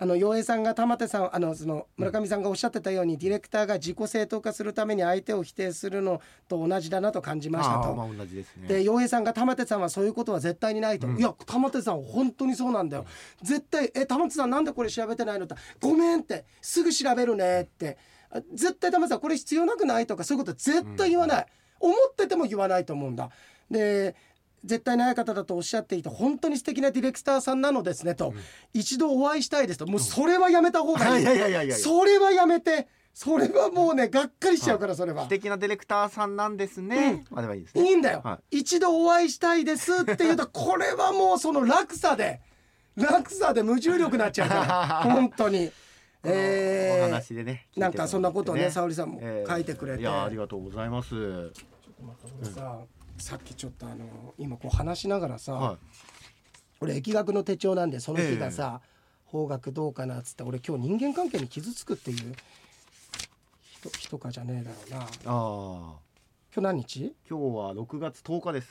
陽平さんが玉手さんその村上さんがおっしゃってたように、ディレクターが自己正当化するために相手を否定するのと同じだなと感じましたと。 まあ同じですね。 で陽平さんが玉手さんはそういうことは絶対にないと、いや玉手さん本当にそうなんだよ、絶対玉手さんなんでこれ調べてないのってごめんってすぐ調べるねって、絶対玉手さんこれ必要なくないとかそういうこと絶対言わない、思ってても言わないと思うんだ。で絶対ない方だとおっしゃっていて本当に素敵なディレクターさんなのですねと、一度お会いしたいですと、もうそれはやめた方がいい、それはやめて、それはもうねがっかりしちゃうから、それは素敵なディレクターさんなんですね、まあでもいいですね、 いいんだよ、一度お会いしたいですっていうとこれはもうその落差で無重力になっちゃうから本当にお話でね、 なんかそんなことをね沙織さんも書いてくれて、 いやありがとうございます。 ちょっと待って俺さ、さっきちょっと今こう話しながらさ、俺疫学の手帳なんでその日がさ、方角どうかなっつって、俺今日人間関係に傷つくっていう人かじゃねえだろうな。今日何日？ 今日は6月10日です。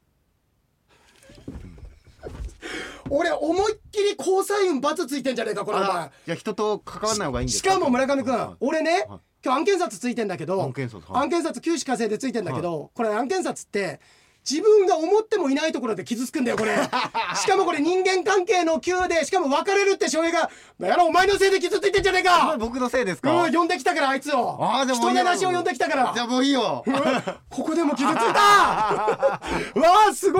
俺思いっきり交際運×ついてんじゃねえかこれ。お前じゃあ人と関わらない方がいいんですか？ しかも村上くん、俺ね、今日案件札ついてんだけど、 案件札九死火星でついてんだけど、これ案件札って自分が思ってもいないところで傷つくんだよこれしかもこれ人間関係の9で、しかも別れるって翔平がお前のせいで傷ついてんじゃねえか。 僕のせいですか？ 呼んできたからあいつを、人手出しを呼んできたから。 じゃあもういいよここでも傷ついたわあすごい。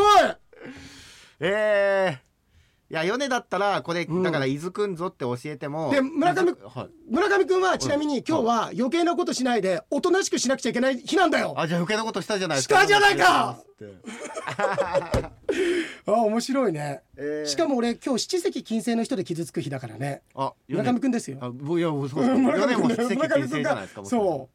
いや米だったらこれだから伊豆くんぞって教えても、 で村上くんはちなみに今日は余計なことしないでおとなしくしなくちゃいけない日なんだよ。 じゃあ余計なことしたじゃないですか。 したじゃないか面白いね、しかも俺今日七石金星の人で傷つく日だからね。村上くんですよ。 いやそうです米も七石金星じゃないですか。 そう、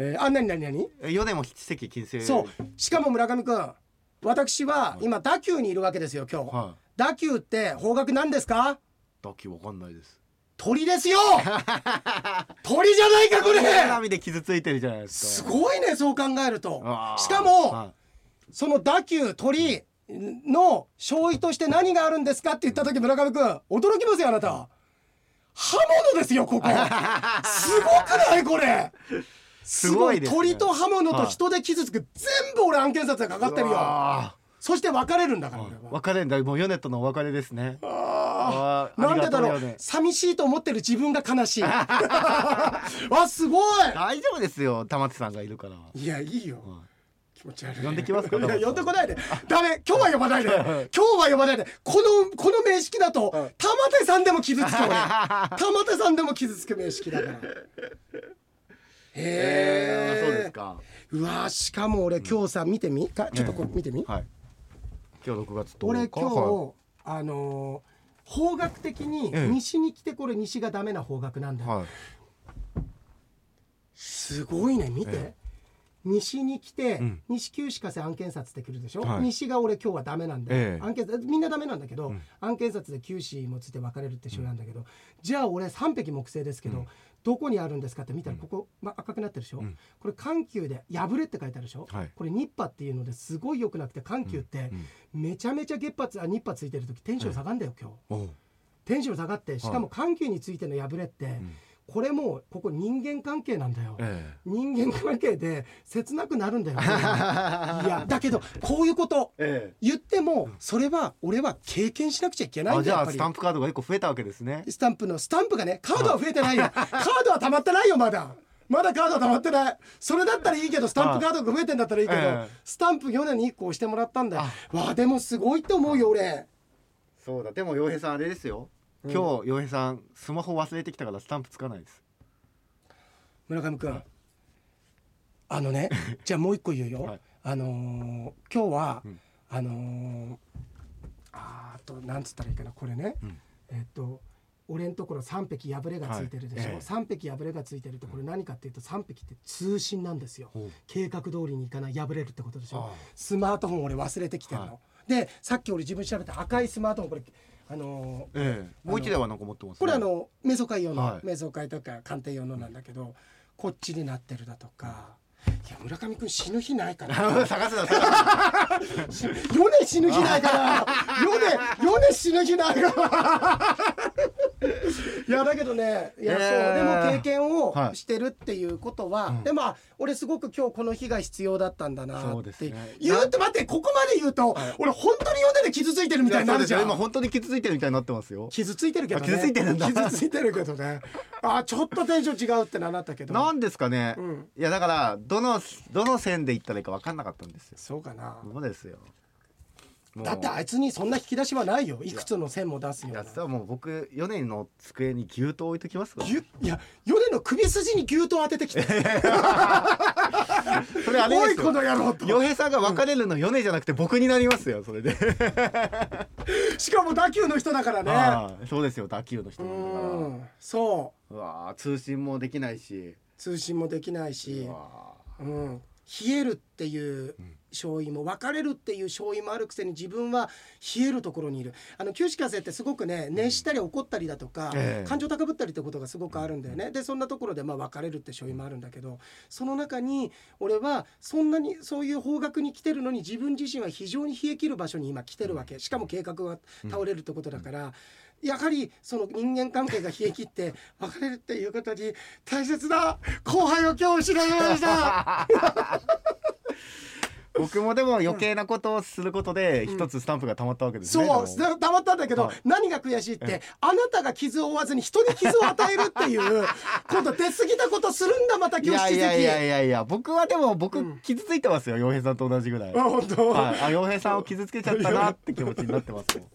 何米も七石金星。 そうしかも村上くん、私は今打球にいるわけですよ今日、打球って方角何ですか？ 打球わかんないです。 鳥ですよ鳥じゃないかこれ。 波で傷ついてるじゃないですか。すごいねそう考えると。しかも、その打球鳥の勝因として何があるんですかって言った時、村上くん驚きますよあなた。刃物ですよここすごくないこれ。すごいですね。鳥と刃物と人で傷つく、全部俺案件札がかかってるよ。そして別れるんだから。 別れるんだ。もうヨネとのお別れですね。 なんでだろう、寂しいと思ってる自分が悲しいすごい。 大丈夫ですよ玉手さんがいるから。 いやいいよ、気持ち悪い。 呼んできますか？ 呼んでこないでダメ。今日は呼ばないで今日は呼ばないで。この名式だと玉手さんでも傷つく俺玉手さんでも傷つく名式だからそうですか。 うわしかも俺今日さ見てみか、ちょっとこれ見てみ、 今日6月10日。 俺今日方角的に西に来て、これ西がダメな方角なんだよ、すごいね見て、西に来て、西九死火星案件札ってくるでしょ、西が俺今日はダメなんだよ、案件札みんなダメなんだけど、案件札で九死もついて分かれるって手なんだけど、じゃあ俺三匹木星ですけど、どこにあるんですかって見たらここ、赤くなってるでしょ、これ緩急で破れって書いてあるでしょ、これニッパっていうのですごい良くなくて、緩急ってめちゃめちゃニッパついてる時テンション下がるんだよ今日、テンション下がって、しかも緩急についての破れって、これもうここ人間関係なんだよ、人間関係で切なくなるんだよいやだけどこういうこと、言ってもそれは俺は経験しなくちゃいけないんだよ。 じゃあスタンプカードが1個増えたわけですね。 スタンプがね、カードは増えてないよカードは溜まってないよまだカードは溜まってない。それだったらいいけど、スタンプカードが増えてんだったらいいけど、スタンプ4年に1個押してもらったんだよ。でもすごいと思うよ俺。 そうだ。でも洋平さんあれですよ、今日洋平さんスマホ忘れてきたからスタンプつかないです。 村上くん、じゃあもう一個言うよ、今日は、なんつったらいいかな、これね、俺のところ3匹破れがついてるでしょ、3匹破れがついてると、これ何かっていうと3匹って通信なんですよ、計画通りにいかない、破れるってことでしょ。スマートフォン俺忘れてきてるの、でさっき俺自分調べた赤いスマートフォン、これもう一台はなんか持ってますね。 これ瞑想会用の、瞑想会とか鑑定用のなんだけど、こっちになってるだとか、いや村上くん死ぬ日ないから探すな米死ぬ日ないから米死ぬ日ないからいやだけどね、いや、そうでも経験をしてるっていうことは、でも俺すごく今日この日が必要だったんだなそうってですね言うと、待って、ここまで言うと、俺本当に読んでて傷ついてるみたいになるじゃん。 今本当に傷ついてるみたいになってますよ。 傷ついてるけどね。 傷ついてるんだ。 傷ついてるけどね。ちょっとテンション違うってなったけど。 なんですかね、いやだからどの線で言ったらいいか分かんなかったんですよ。 そうかな。 そうですよ。 だってあいつにそんな引き出しはないよ。いくつの線も出すような。 いやもう僕ヨネの机に牛刀置いときますか。 いや、ヨネの首筋に牛刀当ててきてそれあれですよ。おいこの野郎と。 ヨヘさんが別れるのヨネじゃなくて僕になりますよ、それでしかも打球の人だからね。 そうですよ、打球の人なんだから。 そうわ、通信もできないし、 冷えるっていう勝因も、別れるっていう勝因もあるくせに自分は冷えるところにいる。九死風ってすごくね、熱したり怒ったりだとか、感情高ぶったりってことがすごくあるんだよね。でそんなところで別れるって勝因もあるんだけど、その中に俺はそんなにそういう方角に来てるのに、自分自身は非常に冷え切る場所に今来てるわけ。しかも計画が倒れるってことだから、やはりその人間関係が冷え切って別れるっていうことに大切な後輩を今日失いました僕もでも余計なことをすることで一つスタンプが溜まったわけですね。 そう溜まったんだけど、何が悔しいって、あなたが傷を負わずに人に傷を与えるっていう今度出過ぎたことするんだ。また今日引き続き。 いや僕はでも傷ついてますよ、洋平さんと同じぐらい。 本当。 洋平さんを傷つけちゃったなって気持ちになってますもん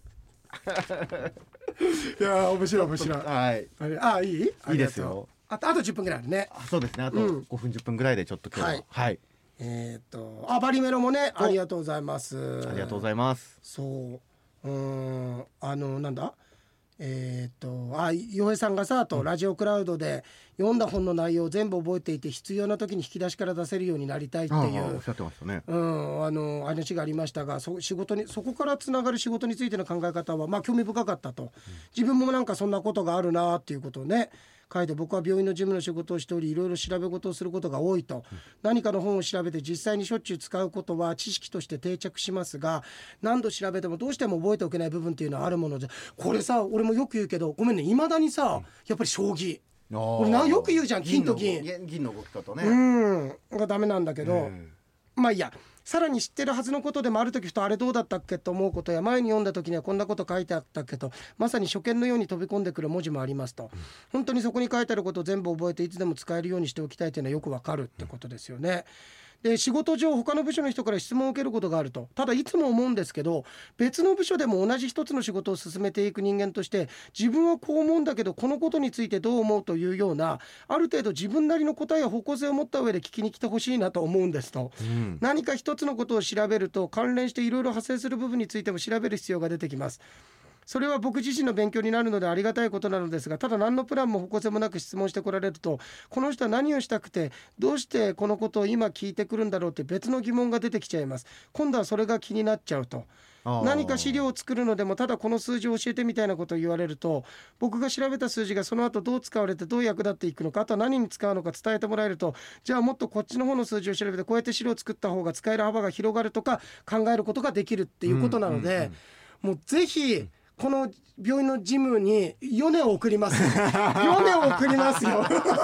いや面白い。 はい。 いいですよ。 あと10分ぐらいあるね。 そうですね、あと5分10分ぐらいでちょっと今日ははいバリメロもね、ありがとうございます。 ありがとうございます。 そうなんだ洋平さんがさラジオクラウドで読んだ本の内容を全部覚えていて、必要な時に引き出しから出せるようになりたいっていうおっしゃってましたね。 話がありましたが、そこからつながる仕事についての考え方は興味深かったと。自分もなんかそんなことがあるなっていうことをね書いて、僕は病院の事務の仕事をしており、いろいろ調べ事をすることが多いと。何かの本を調べて実際にしょっちゅう使うことは知識として定着しますが、何度調べてもどうしても覚えておけない部分っていうのはあるもので、これさ俺もよく言うけど、ごめんね、いまだにさやっぱり将棋、俺よく言うじゃん、金と銀の動き方ねがダメなんだけど、いいや。さらに知ってるはずのことでもある時ふとあれどうだったっけと思うことや、前に読んだ時にはこんなこと書いてあったっけと、まさに初見のように飛び込んでくる文字もありますと。本当にそこに書いてあることを全部覚えていつでも使えるようにしておきたいというのはよくわかるってことですよね。で仕事上他の部署の人から質問を受けることがあると。ただいつも思うんですけど、別の部署でも同じ一つの仕事を進めていく人間として、自分はこう思うんだけどこのことについてどう思うというような、ある程度自分なりの答えや方向性を持った上で聞きに来てほしいなと思うんですと、何か一つのことを調べると関連していろいろ派生する部分についても調べる必要が出てきます。それは僕自身の勉強になるのでありがたいことなのですが、ただ何のプランも方向性もなく質問してこられると、この人は何をしたくてどうしてこのことを今聞いてくるんだろうって別の疑問が出てきちゃいます。今度はそれが気になっちゃうと。何か資料を作るのでもただこの数字を教えてみたいなことを言われると、僕が調べた数字がその後どう使われてどう役立っていくのか、あとは何に使うのか伝えてもらえると、じゃあもっとこっちの方の数字を調べてこうやって資料を作った方が使える幅が広がるとか考えることができるっていうことなので、もうぜひこの病院のジムに4年を送ります4年を送りますよ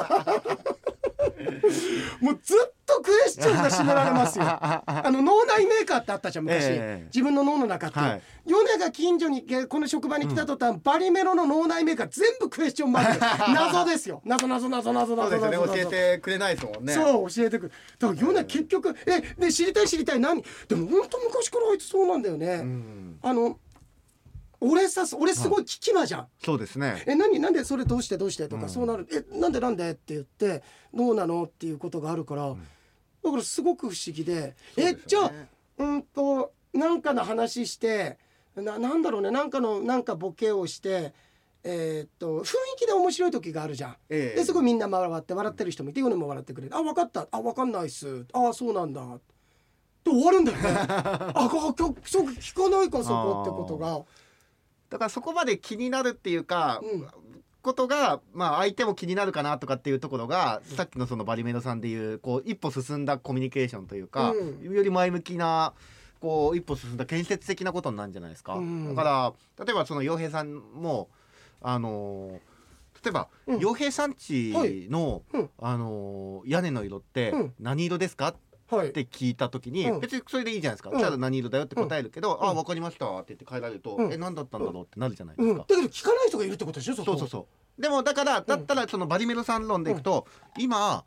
もうずっとクエスチョンが締められますよ脳内メーカーってあったじゃん昔、自分の脳の中って、ヨネが近所にこの職場に来た途端、バリメロの脳内メーカー全部クエスチョンマーク謎ですよ。謎そうですね、教えてくれないですもんね。 そう教えてくる。だからヨネ結局で知りたい何でも本当昔からあいつそうなんだよね。俺すごい聞き魔じゃん。 そうですね。 なんでそれどうしてとか、そうなるなんでって言ってどうなのっていうことがあるから、だからすごく不思議で、じゃあなんかの話してなんだろうね、なんかボケをして雰囲気で面白い時があるじゃん。ですごいみんな笑ってる人もいて、ヨネも笑ってくれて、分かった、分かんないっす、そうなんだって終わるんだよねそう聞かないかそこってことが。 だからそこまで気になるっていうか、ことが相手も気になるかなとかっていうところが、さっきのそのバリメロさんでいう一歩進んだコミュニケーションというか、より前向きな一歩進んだ建設的なことになるんじゃないですか。だから例えばその洋平さんも例例えばうん洋平さんちの、屋根の色って何色ですかっはいて聞いた時に、別にそれでいいじゃないですか、じゃあ何色だよって答えるけど、あ分かりましたって言って帰られると、何だったんだろうってなるじゃないですか、 だけど聞かない人がいるってことでしょ。 そうそうそうでもだったらそのバリメロさん論でいくと、今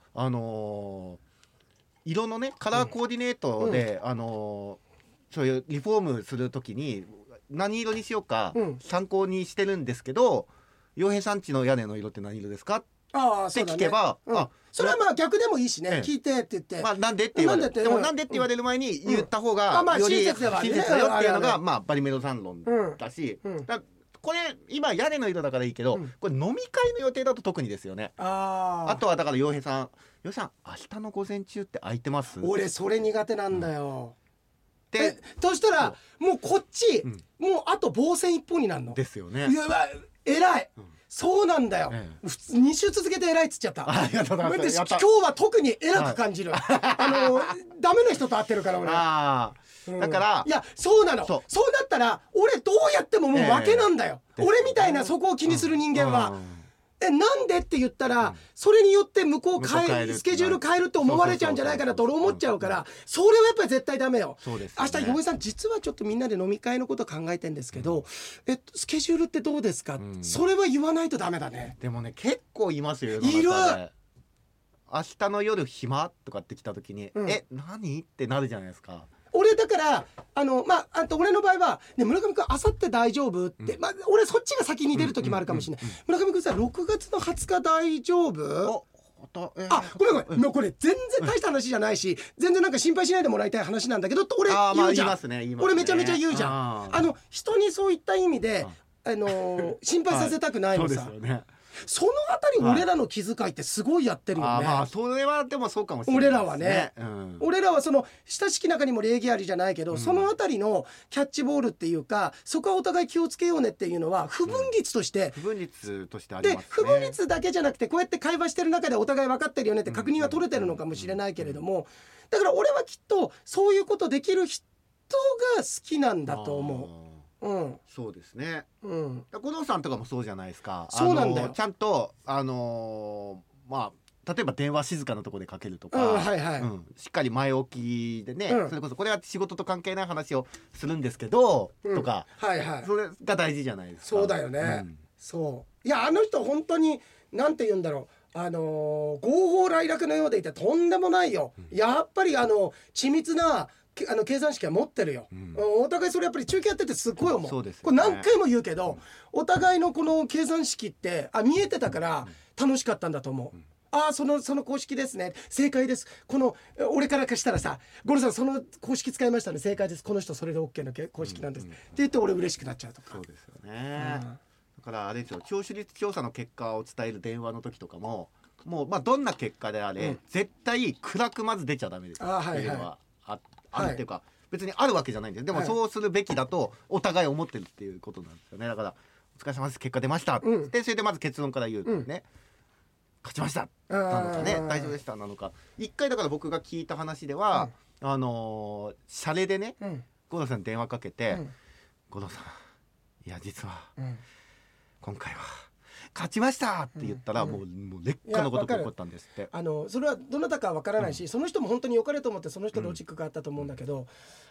色のねカラーコーディネートで、そういうリフォームする時に何色にしようか参考にしてるんですけど、洋平さんちの屋根の色って何色ですかって聞けば、 それはまあ逆でもいいしね、聞いてって言って、 なんでって言われる、でもなんでって言われる前に言った方がより親切だよっていうのがバリメロさん論だし、これ今屋根の色だからいいけど、これ飲み会の予定だと特にですよね。あとはだから洋平さん明日の午前中って空いてます？ 俺それ苦手なんだよ。でそしたらもうこっち、もうあと防戦一方になるのですよね。 いや偉い、そうなんだよ、2週続けて偉いっつっちゃった。 ありがとうございます。 今日は特に偉く感じる、ダメな人と会ってるから俺。だからいやそうなの、そうなったら俺どうやってももう負けなんだよ、俺みたいなそこを気にする人間は。なんでって言ったら、それによって向こうスケジュール変えるって思われちゃうんじゃないかなと俺思っちゃうから、それはやっぱり絶対ダメよ。明日洋平さん実はちょっとみんなで飲み会のこと考えてんですけど、スケジュールってどうですか、それは言わないとダメだね。 でもね結構いますよ。 いる。 明日の夜暇とかって来た時に、何ってなるじゃないですか。 俺だからあと俺の場合は、ね、村上君あさって大丈夫って、俺そっちが先に出る時もあるかもしれない。村上君さ6月の20日大丈夫？ごめんこれ全然大した話じゃないし、全然なんか心配しないでもらいたい話なんだけどって俺言うじゃん。俺めちゃめちゃ言うじゃん。人にそういった意味で心配させたくないのさ。そのあたり俺らの気遣いってすごいやってるよね。 それはでもそうかもしれない。 俺らはね、俺らはその親しき中にも礼儀ありじゃないけど、そのあたりのキャッチボールっていうか、そこはお互い気をつけようねっていうのは不分律として、 不分律としてありますね。 で不分律だけじゃなくて、こうやって会話してる中でお互い分かってるよねって確認は取れてるのかもしれないけれども、だから俺はきっとそういうことできる人が好きなんだと思う。 そうですね。五郎さんとかもそうじゃないですか。 そうなんだよ。 ちゃんと例えば電話静かなところでかけるとか、しっかり前置きでね、それこそこれは仕事と関係ない話をするんですけど、とか、それが大事じゃないですか。 そうだよね。そういや人本当になんて言うんだろう、合法来楽のようでいてとんでもないよ。やっぱり緻密な計算式は持ってるよ、お互いそれやっぱり中継やっててすごい思う。これ何回も言うけど、お互いのこの計算式って見えてたから楽しかったんだと思う。その公式ですね、正解です、この俺からかしたらさ、ゴロさんその公式使いましたね、正解です、この人それで OK の公式なんです、って言って俺嬉しくなっちゃうとか。 そうですよね、だからあれですよ、聴取率調査の結果を伝える電話の時とかも、もうどんな結果であれ、絶対暗くまず出ちゃダメですっていうのはあるっていうか、別にあるわけじゃないんです。でもそうするべきだとお互い思ってるっていうことなんですよね。だからお疲れ様です、結果出ましたって、それでまず結論から言うね、勝ちましたなのかね、大丈夫でしたなのか。一回だから僕が聞いた話では、シャレでね、五郎さんに電話かけて、五郎さんいや実は今回は勝ちましたって言ったら、もう劣化のことが起こったんですって。 それはどなたかわからないし、その人も本当に良かれと思ってその人ロジックがあったと思うんだけど、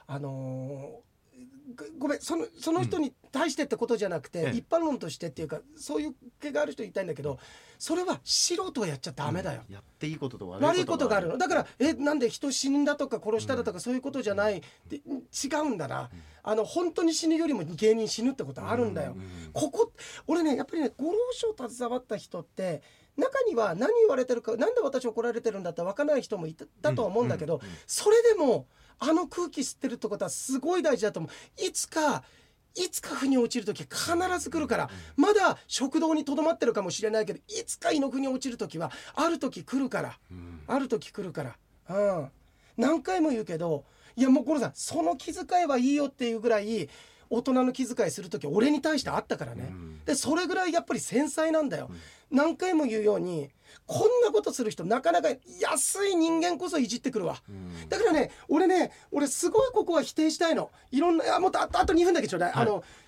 ごめん、その人に対してってことじゃなくて、一般論としてっていうか、そういう気がある人言いたいんだけど、それは素人はやっちゃダメだよ。 やっていいことと悪いことがあるの。だからなんで人死んだとか殺しただとかそういうことじゃないって違うんだな。本当に死ぬよりも芸人死ぬってことあるんだよ。俺ねやっぱりね、ご老少携わった人って中には何言われてるか、なんで私怒られてるんだって分からない人もいたとは思うんだけど、それでも空気吸ってるってことはすごい大事だと思う。いつか腑に落ちる時必ず来るから、まだ食堂にとどまってるかもしれないけど、いつか胃の腑に落ちる時はある時来るから、何回も言うけど、いやもうこれさ、その気遣いはいいよっていうぐらい大人の気遣いする時俺に対してあったからね、でそれぐらいやっぱり繊細なんだよ、何回も言うようにこんなことする人なかなか安い人間こそいじってくるわ、だからね俺すごいここは否定したいの。いろんなもっとあと2分だけちょうだい、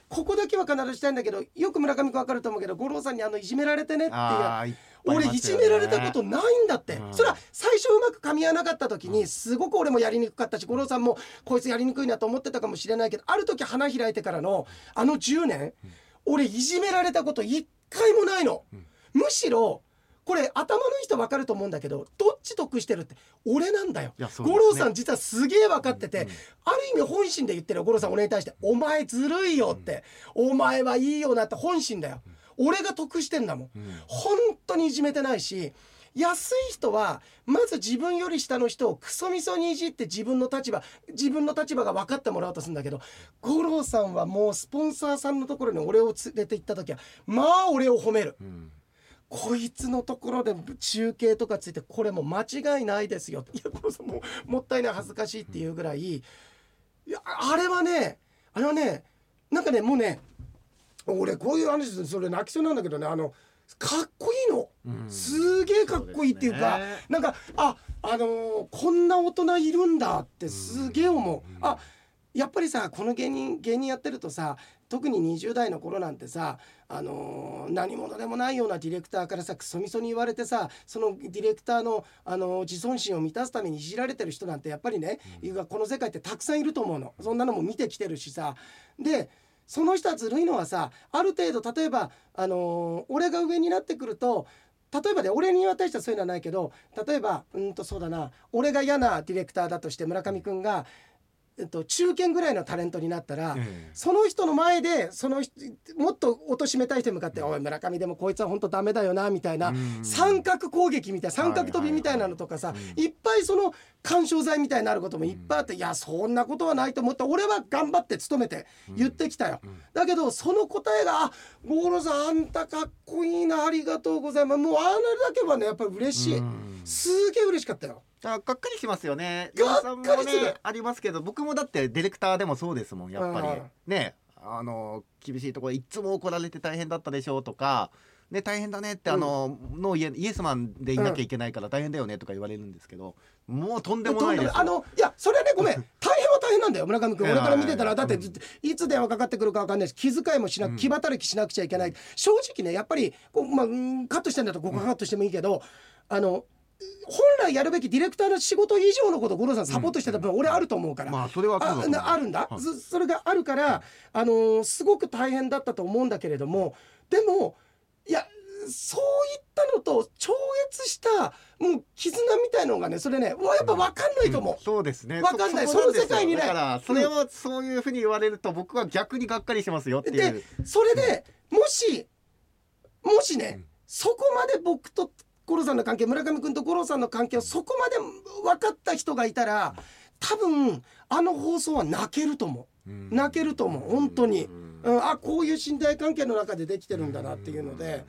ここだけは必ずしたいんだけど、よく村上君分かると思うけど、五郎さんにいじめられてねっていう、俺いじめられたことないんだって、それは最初うまく噛み合わなかった時にすごく俺もやりにくかったし、五郎さんもこいつやりにくいなと思ってたかもしれないけど、ある時花開いてからの10年、俺いじめられたこと一回もないの。むしろこれ頭のいい人分かると思うんだけど、どっち得してるって俺なんだよ。五郎さん実はすげえ分かってて、ある意味本心で言ってるよ。五郎さん俺に対してお前ずるいよって、お前はいいよなって本心だよ。俺が得してんだもん。本当にいじめてないし、安い人はまず自分より下の人をクソみそにいじって自分の立場が分かってもらおうとするんだけど、五郎さんはもうスポンサーさんのところに俺を連れて行った時はまあ俺を褒める、こいつのところで中継とかついてこれも間違いないですよ。いや五郎さんもったいない、恥ずかしいっていうぐらい、いやあれはねなんかね、もうね、俺こういう話それ泣きそうなんだけどね、かっこいいの、すげえかっこいいっていうか、なんかこんな大人いるんだってすげえ思う。やっぱりさ、この芸人やってるとさ、特に20代の頃なんてさ、何者でもないようなディレクターからさクソみそに言われてさ、そのディレクターの、自尊心を満たすためにいじられてる人なんてやっぱりね、この世界ってたくさんいると思うの。そんなのも見てきてるしさ。でその人はずるいのはさ、ある程度例えば、俺が上になってくると、例えばで俺に対してはそういうのはないけど、例えばそうだな、俺が嫌なディレクターだとして村上くんが中堅ぐらいのタレントになったら、その人の前でもっと貶めたい人に向かって、おい村上でもこいつは本当ダメだよなみたいな、三角攻撃みたいな、三角飛びみたいなのとかさ、いっぱいその干渉剤みたいになることもいっぱいあって、いやそんなことはないと思って俺は頑張って努めて言ってきたよ。だけどその答えが、五郎さんあんたかっこいいな、ありがとうございます、もうあれだけはねやっぱり嬉しい、すげえ嬉しかったよ。 がっかりしますよね。がっかりする、ありますけど、僕もだってディレクターでもそうですもん、やっぱりね、厳しいところいつも怒られて大変だったでしょうとかね、大変だねってイエスマンでいなきゃいけないから大変だよねとか言われるんですけど、もうとんでもないですよ。 いやそれはね、ごめん、大変は大変なんだよ村上君。俺から見てたらだっていつ電話かかってくるか分かんないし、気遣いもしなく、気働きしなくちゃいけない。正直ね、やっぱりカットしてんだとここカットしてもいいけど、本来やるべきディレクターの仕事以上のことを五郎さんサポートしてた分俺あると思うから、 それはあるんだ、それがあるから、すごく大変だったと思うんだけれども、でもいやそういったのと超越したもう絆みたいのがね、それねやっぱ分かんないと思う、 そうですね、 分かんない、その世界にね。 だからそれをそういうふうに言われると僕は逆にがっかりしますよっていう。 でそれでもしね、そこまで僕と五郎さんの関係、村上君と五郎さんの関係をそこまで分かった人がいたら、多分放送は泣けると思う、泣けると思う本当に、こういう信頼関係の中でできてるんだなっていうので、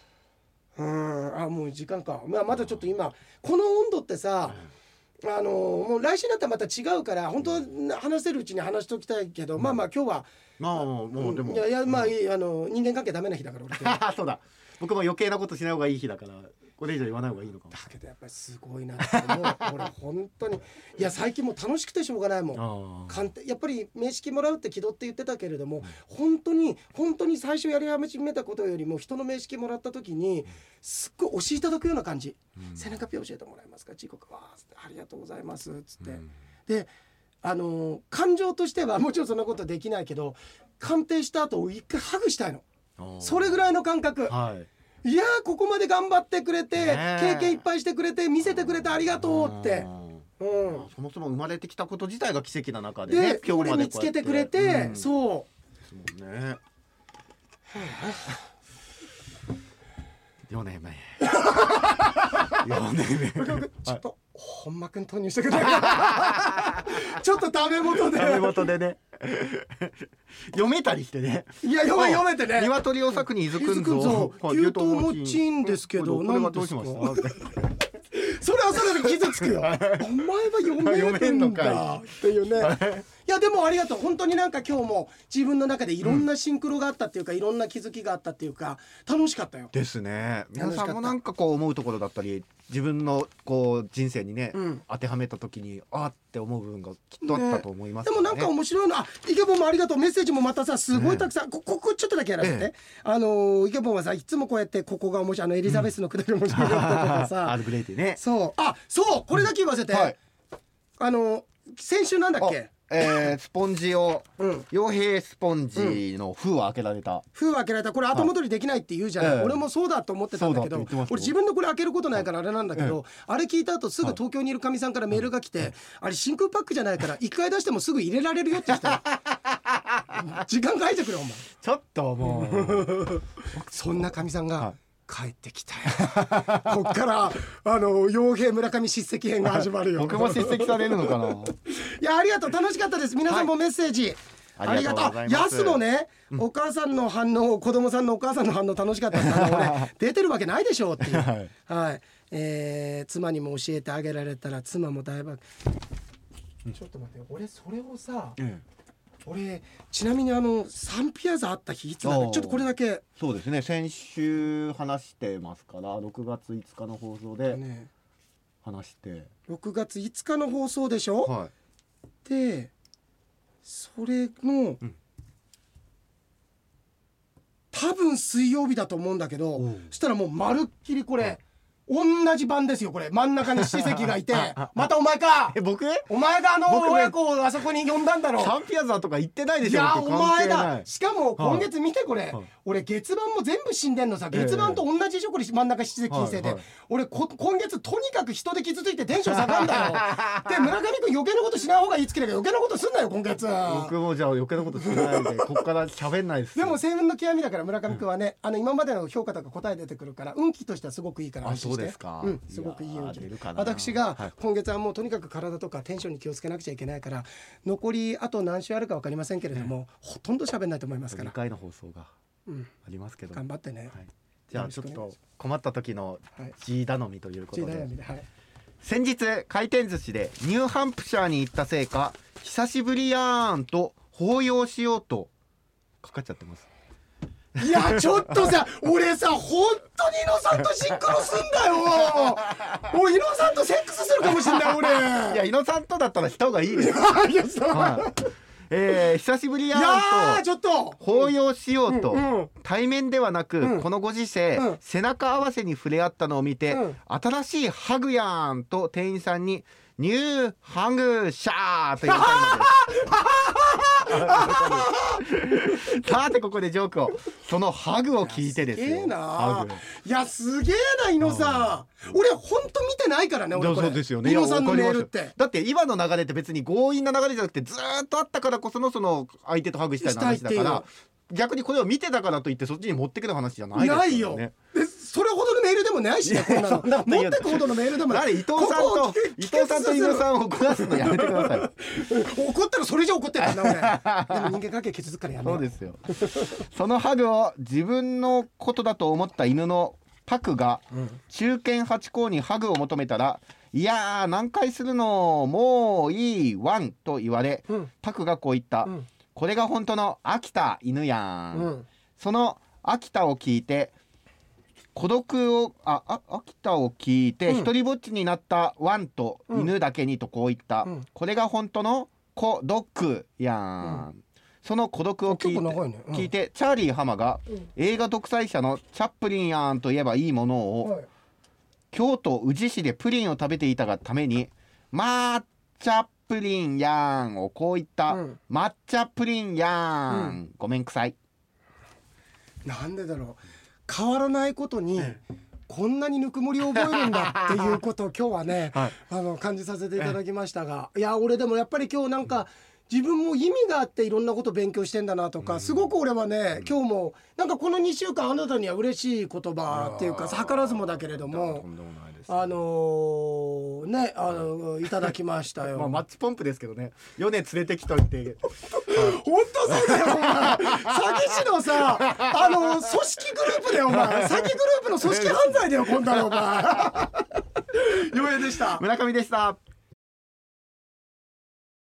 もう時間か、まだちょっと今この温度ってさ、もう来週になったらまた違うから、本当は話せるうちに話しておきたいけど、今日はもうでもいや人間関係ダメな日だから俺そうだ、僕も余計なことしない方がいい日だから、これ以上言わない方がいいのかも。 だけどやっぱりすごいなって思う俺本当に。いや最近もう楽しくてしょうがないもん。やっぱり名刺もらうって気取って言ってたけれども、本当に最初やり始めたことよりも人の名刺もらった時にすっごい教えていただくような感じ、背中ピョ教えてもらえますか、時刻はありがとうございますつって、で感情としてはもちろんそんなことできないけど、鑑定した後一回ハグしたいの、それぐらいの感覚、いやここまで頑張ってくれて、経験いっぱいしてくれて見せてくれてありがとうって、 そもそも生まれてきたこと自体が奇跡な中でね、 今日まで見つけてくれて、 そうね。4年目ちょっと本間くん投入してくれちょっとダメ元でね読めたりしてね。 いや読めてね。 鶏を作に伊豆くんぞ牛刀持ちいいんですけど、 これはどうしましたそれはそれで傷つくよお前は読めるんだっていうね。いいやでもありがとう。本当になんか今日も自分の中でいろんなシンクロがあったっていうか、いろんな気づきがあったっていうか楽しかったよ。 ですね。皆さんもなんかこう思うところだったり、自分のこう人生にね、当てはめた時にあって思う部分がきっとあったと思います、 でもなんか面白いの、イケボンもありがとう。メッセージもまたさすごいたくさん、ここちょっとだけやらせて、イケボンはさいつもこうやってここが面白い、エリザベスのくだり面白いとかさ、 アルグレイティね。 そうこれだけ言わせて、先週なんだっけ、 スポンジを、傭兵スポンジの封を開けられた、 これ後戻りできないって言うじゃない、俺もそうだと思ってたんだけど、俺自分でこれ開けることないからあれなんだけど、あれ聞いた後すぐ東京にいるかみさんからメールが来て、あれ真空パックじゃないから一回出してもすぐ入れられるよって来た時間書いてくれお前。 ちょっともうそんなかみさんが、帰ってきたよこっから傭兵村上叱責編が始まるよ僕も叱責されるのかな。 いやありがとう、楽しかったです。皆さんもメッセージ、ありがとう。ヤスのね、お母さんの反応、子供さんのお母さんの反応楽しかったです。俺出てるわけないでしょうっていう、妻にも教えてあげられたら妻も大爆、ちょっと待って、俺それをさ、俺ちなみにサンピアザあった日いつだっけ、ちょっとこれだけ。 そうですね、先週話してますから6月5日の放送で話して、 6月5日の放送でしょ、でそれの、多分水曜日だと思うんだけど、そしたらもうまるっきりこれ、同じ番ですよ。これ真ん中に史跡がいてまたお前か。 僕お前が親子をあそこに呼んだんだろう。 サンピアザとか言ってないでしょ。 いやお前だ。しかも今月見てこれ、俺月番も全部死んでんのさ。月番と同じでしょこれ、真ん中史跡金星で。俺今月とにかく人で傷ついてテンション下がんだよで村上君余計なことしない方がいいっつけど余計なことすんなよ今月。 僕もじゃあ余計なことしないでこっから喋んないです。 でも星雲の極みだから村上君はね、今までの評価とか答え出てくるから運気としてはすごくいいから安心して。 そうですか。 すごくいい運気。私が今月はもうとにかく体とかテンションに気をつけなくちゃいけないから、残りあと何週あるか分かりませんけれども、ほとんど喋んないと思いますから。 2回の放送がありますけど、 頑張ってね。 じゃあちょっと困った時の G 頼みということで、 先日回転寿司でニューハンプシャーに行ったせいか久しぶりやーんと抱擁しようとかかっちゃってます。 いやちょっとさ俺さ本当に伊野さんとシンクロすんだよ俺伊野さんとセックスするかもしんない俺。 いや伊野さんとだったらした方がいいです久しぶりやーんと抱擁しようと、対面ではなく、このご時世、背中合わせに触れ合ったのを見て、新しいハグやーんと店員さんにニューハグシャーと言いたいのですさてここでジョークを、そのハグを聞いてですよ。 いやすげえな伊野さん、俺本当見てないからね。俺これそうですよね、 伊野さんのメールって。 だって今の流れって別に強引な流れじゃなくてずーっとあったからこそのその相手とハグしたいの話だから、逆にこれを見てたからといってそっちに持ってくる話じゃないですよね。 ないよ。それほどのメールでもないしね、こんなの持ってくほどのメールでもない。 伊藤さんと伊野さんを怒らすのやめてください怒ったらそれじゃ怒ってるんだ俺。でも人間関係傷つくからやめよう。 そうですよそのハグを自分のことだと思った犬のパクが中堅八公にハグを求めたら、いやー何回するのもういいワンと言われ、パクがこう言った、これが本当の秋田犬やん、その秋田を聞いて孤独を秋田を聞いて一人ぼっちになったワンと犬だけにとこう言った、これが本当の孤独やん、その孤独を聞いてチャーリー浜が映画独裁者のチャップリンやんと言えばいいものを、京都宇治市でプリンを食べていたがためにチャップリンやんをこう言った、抹茶プリンやん、ごめんくさい。 なんでだろう、変わらないことにこんなにぬくもりを覚えるんだっていうことを今日はね、感じさせていただきましたが、いや俺でもやっぱり今日なんか自分も意味があっていろんなこと勉強してんだなとか、すごく俺はね今日もなんかこの2週間あなたには嬉しい言葉っていうか図らずもだけれどもいただきましたよ。 マッチポンプですけどね、米連れてきといて本当そうだよお前詐欺師のさ組織グループだよお前詐欺グループの組織犯罪だよこんなのお前。よえでした。 村上でした。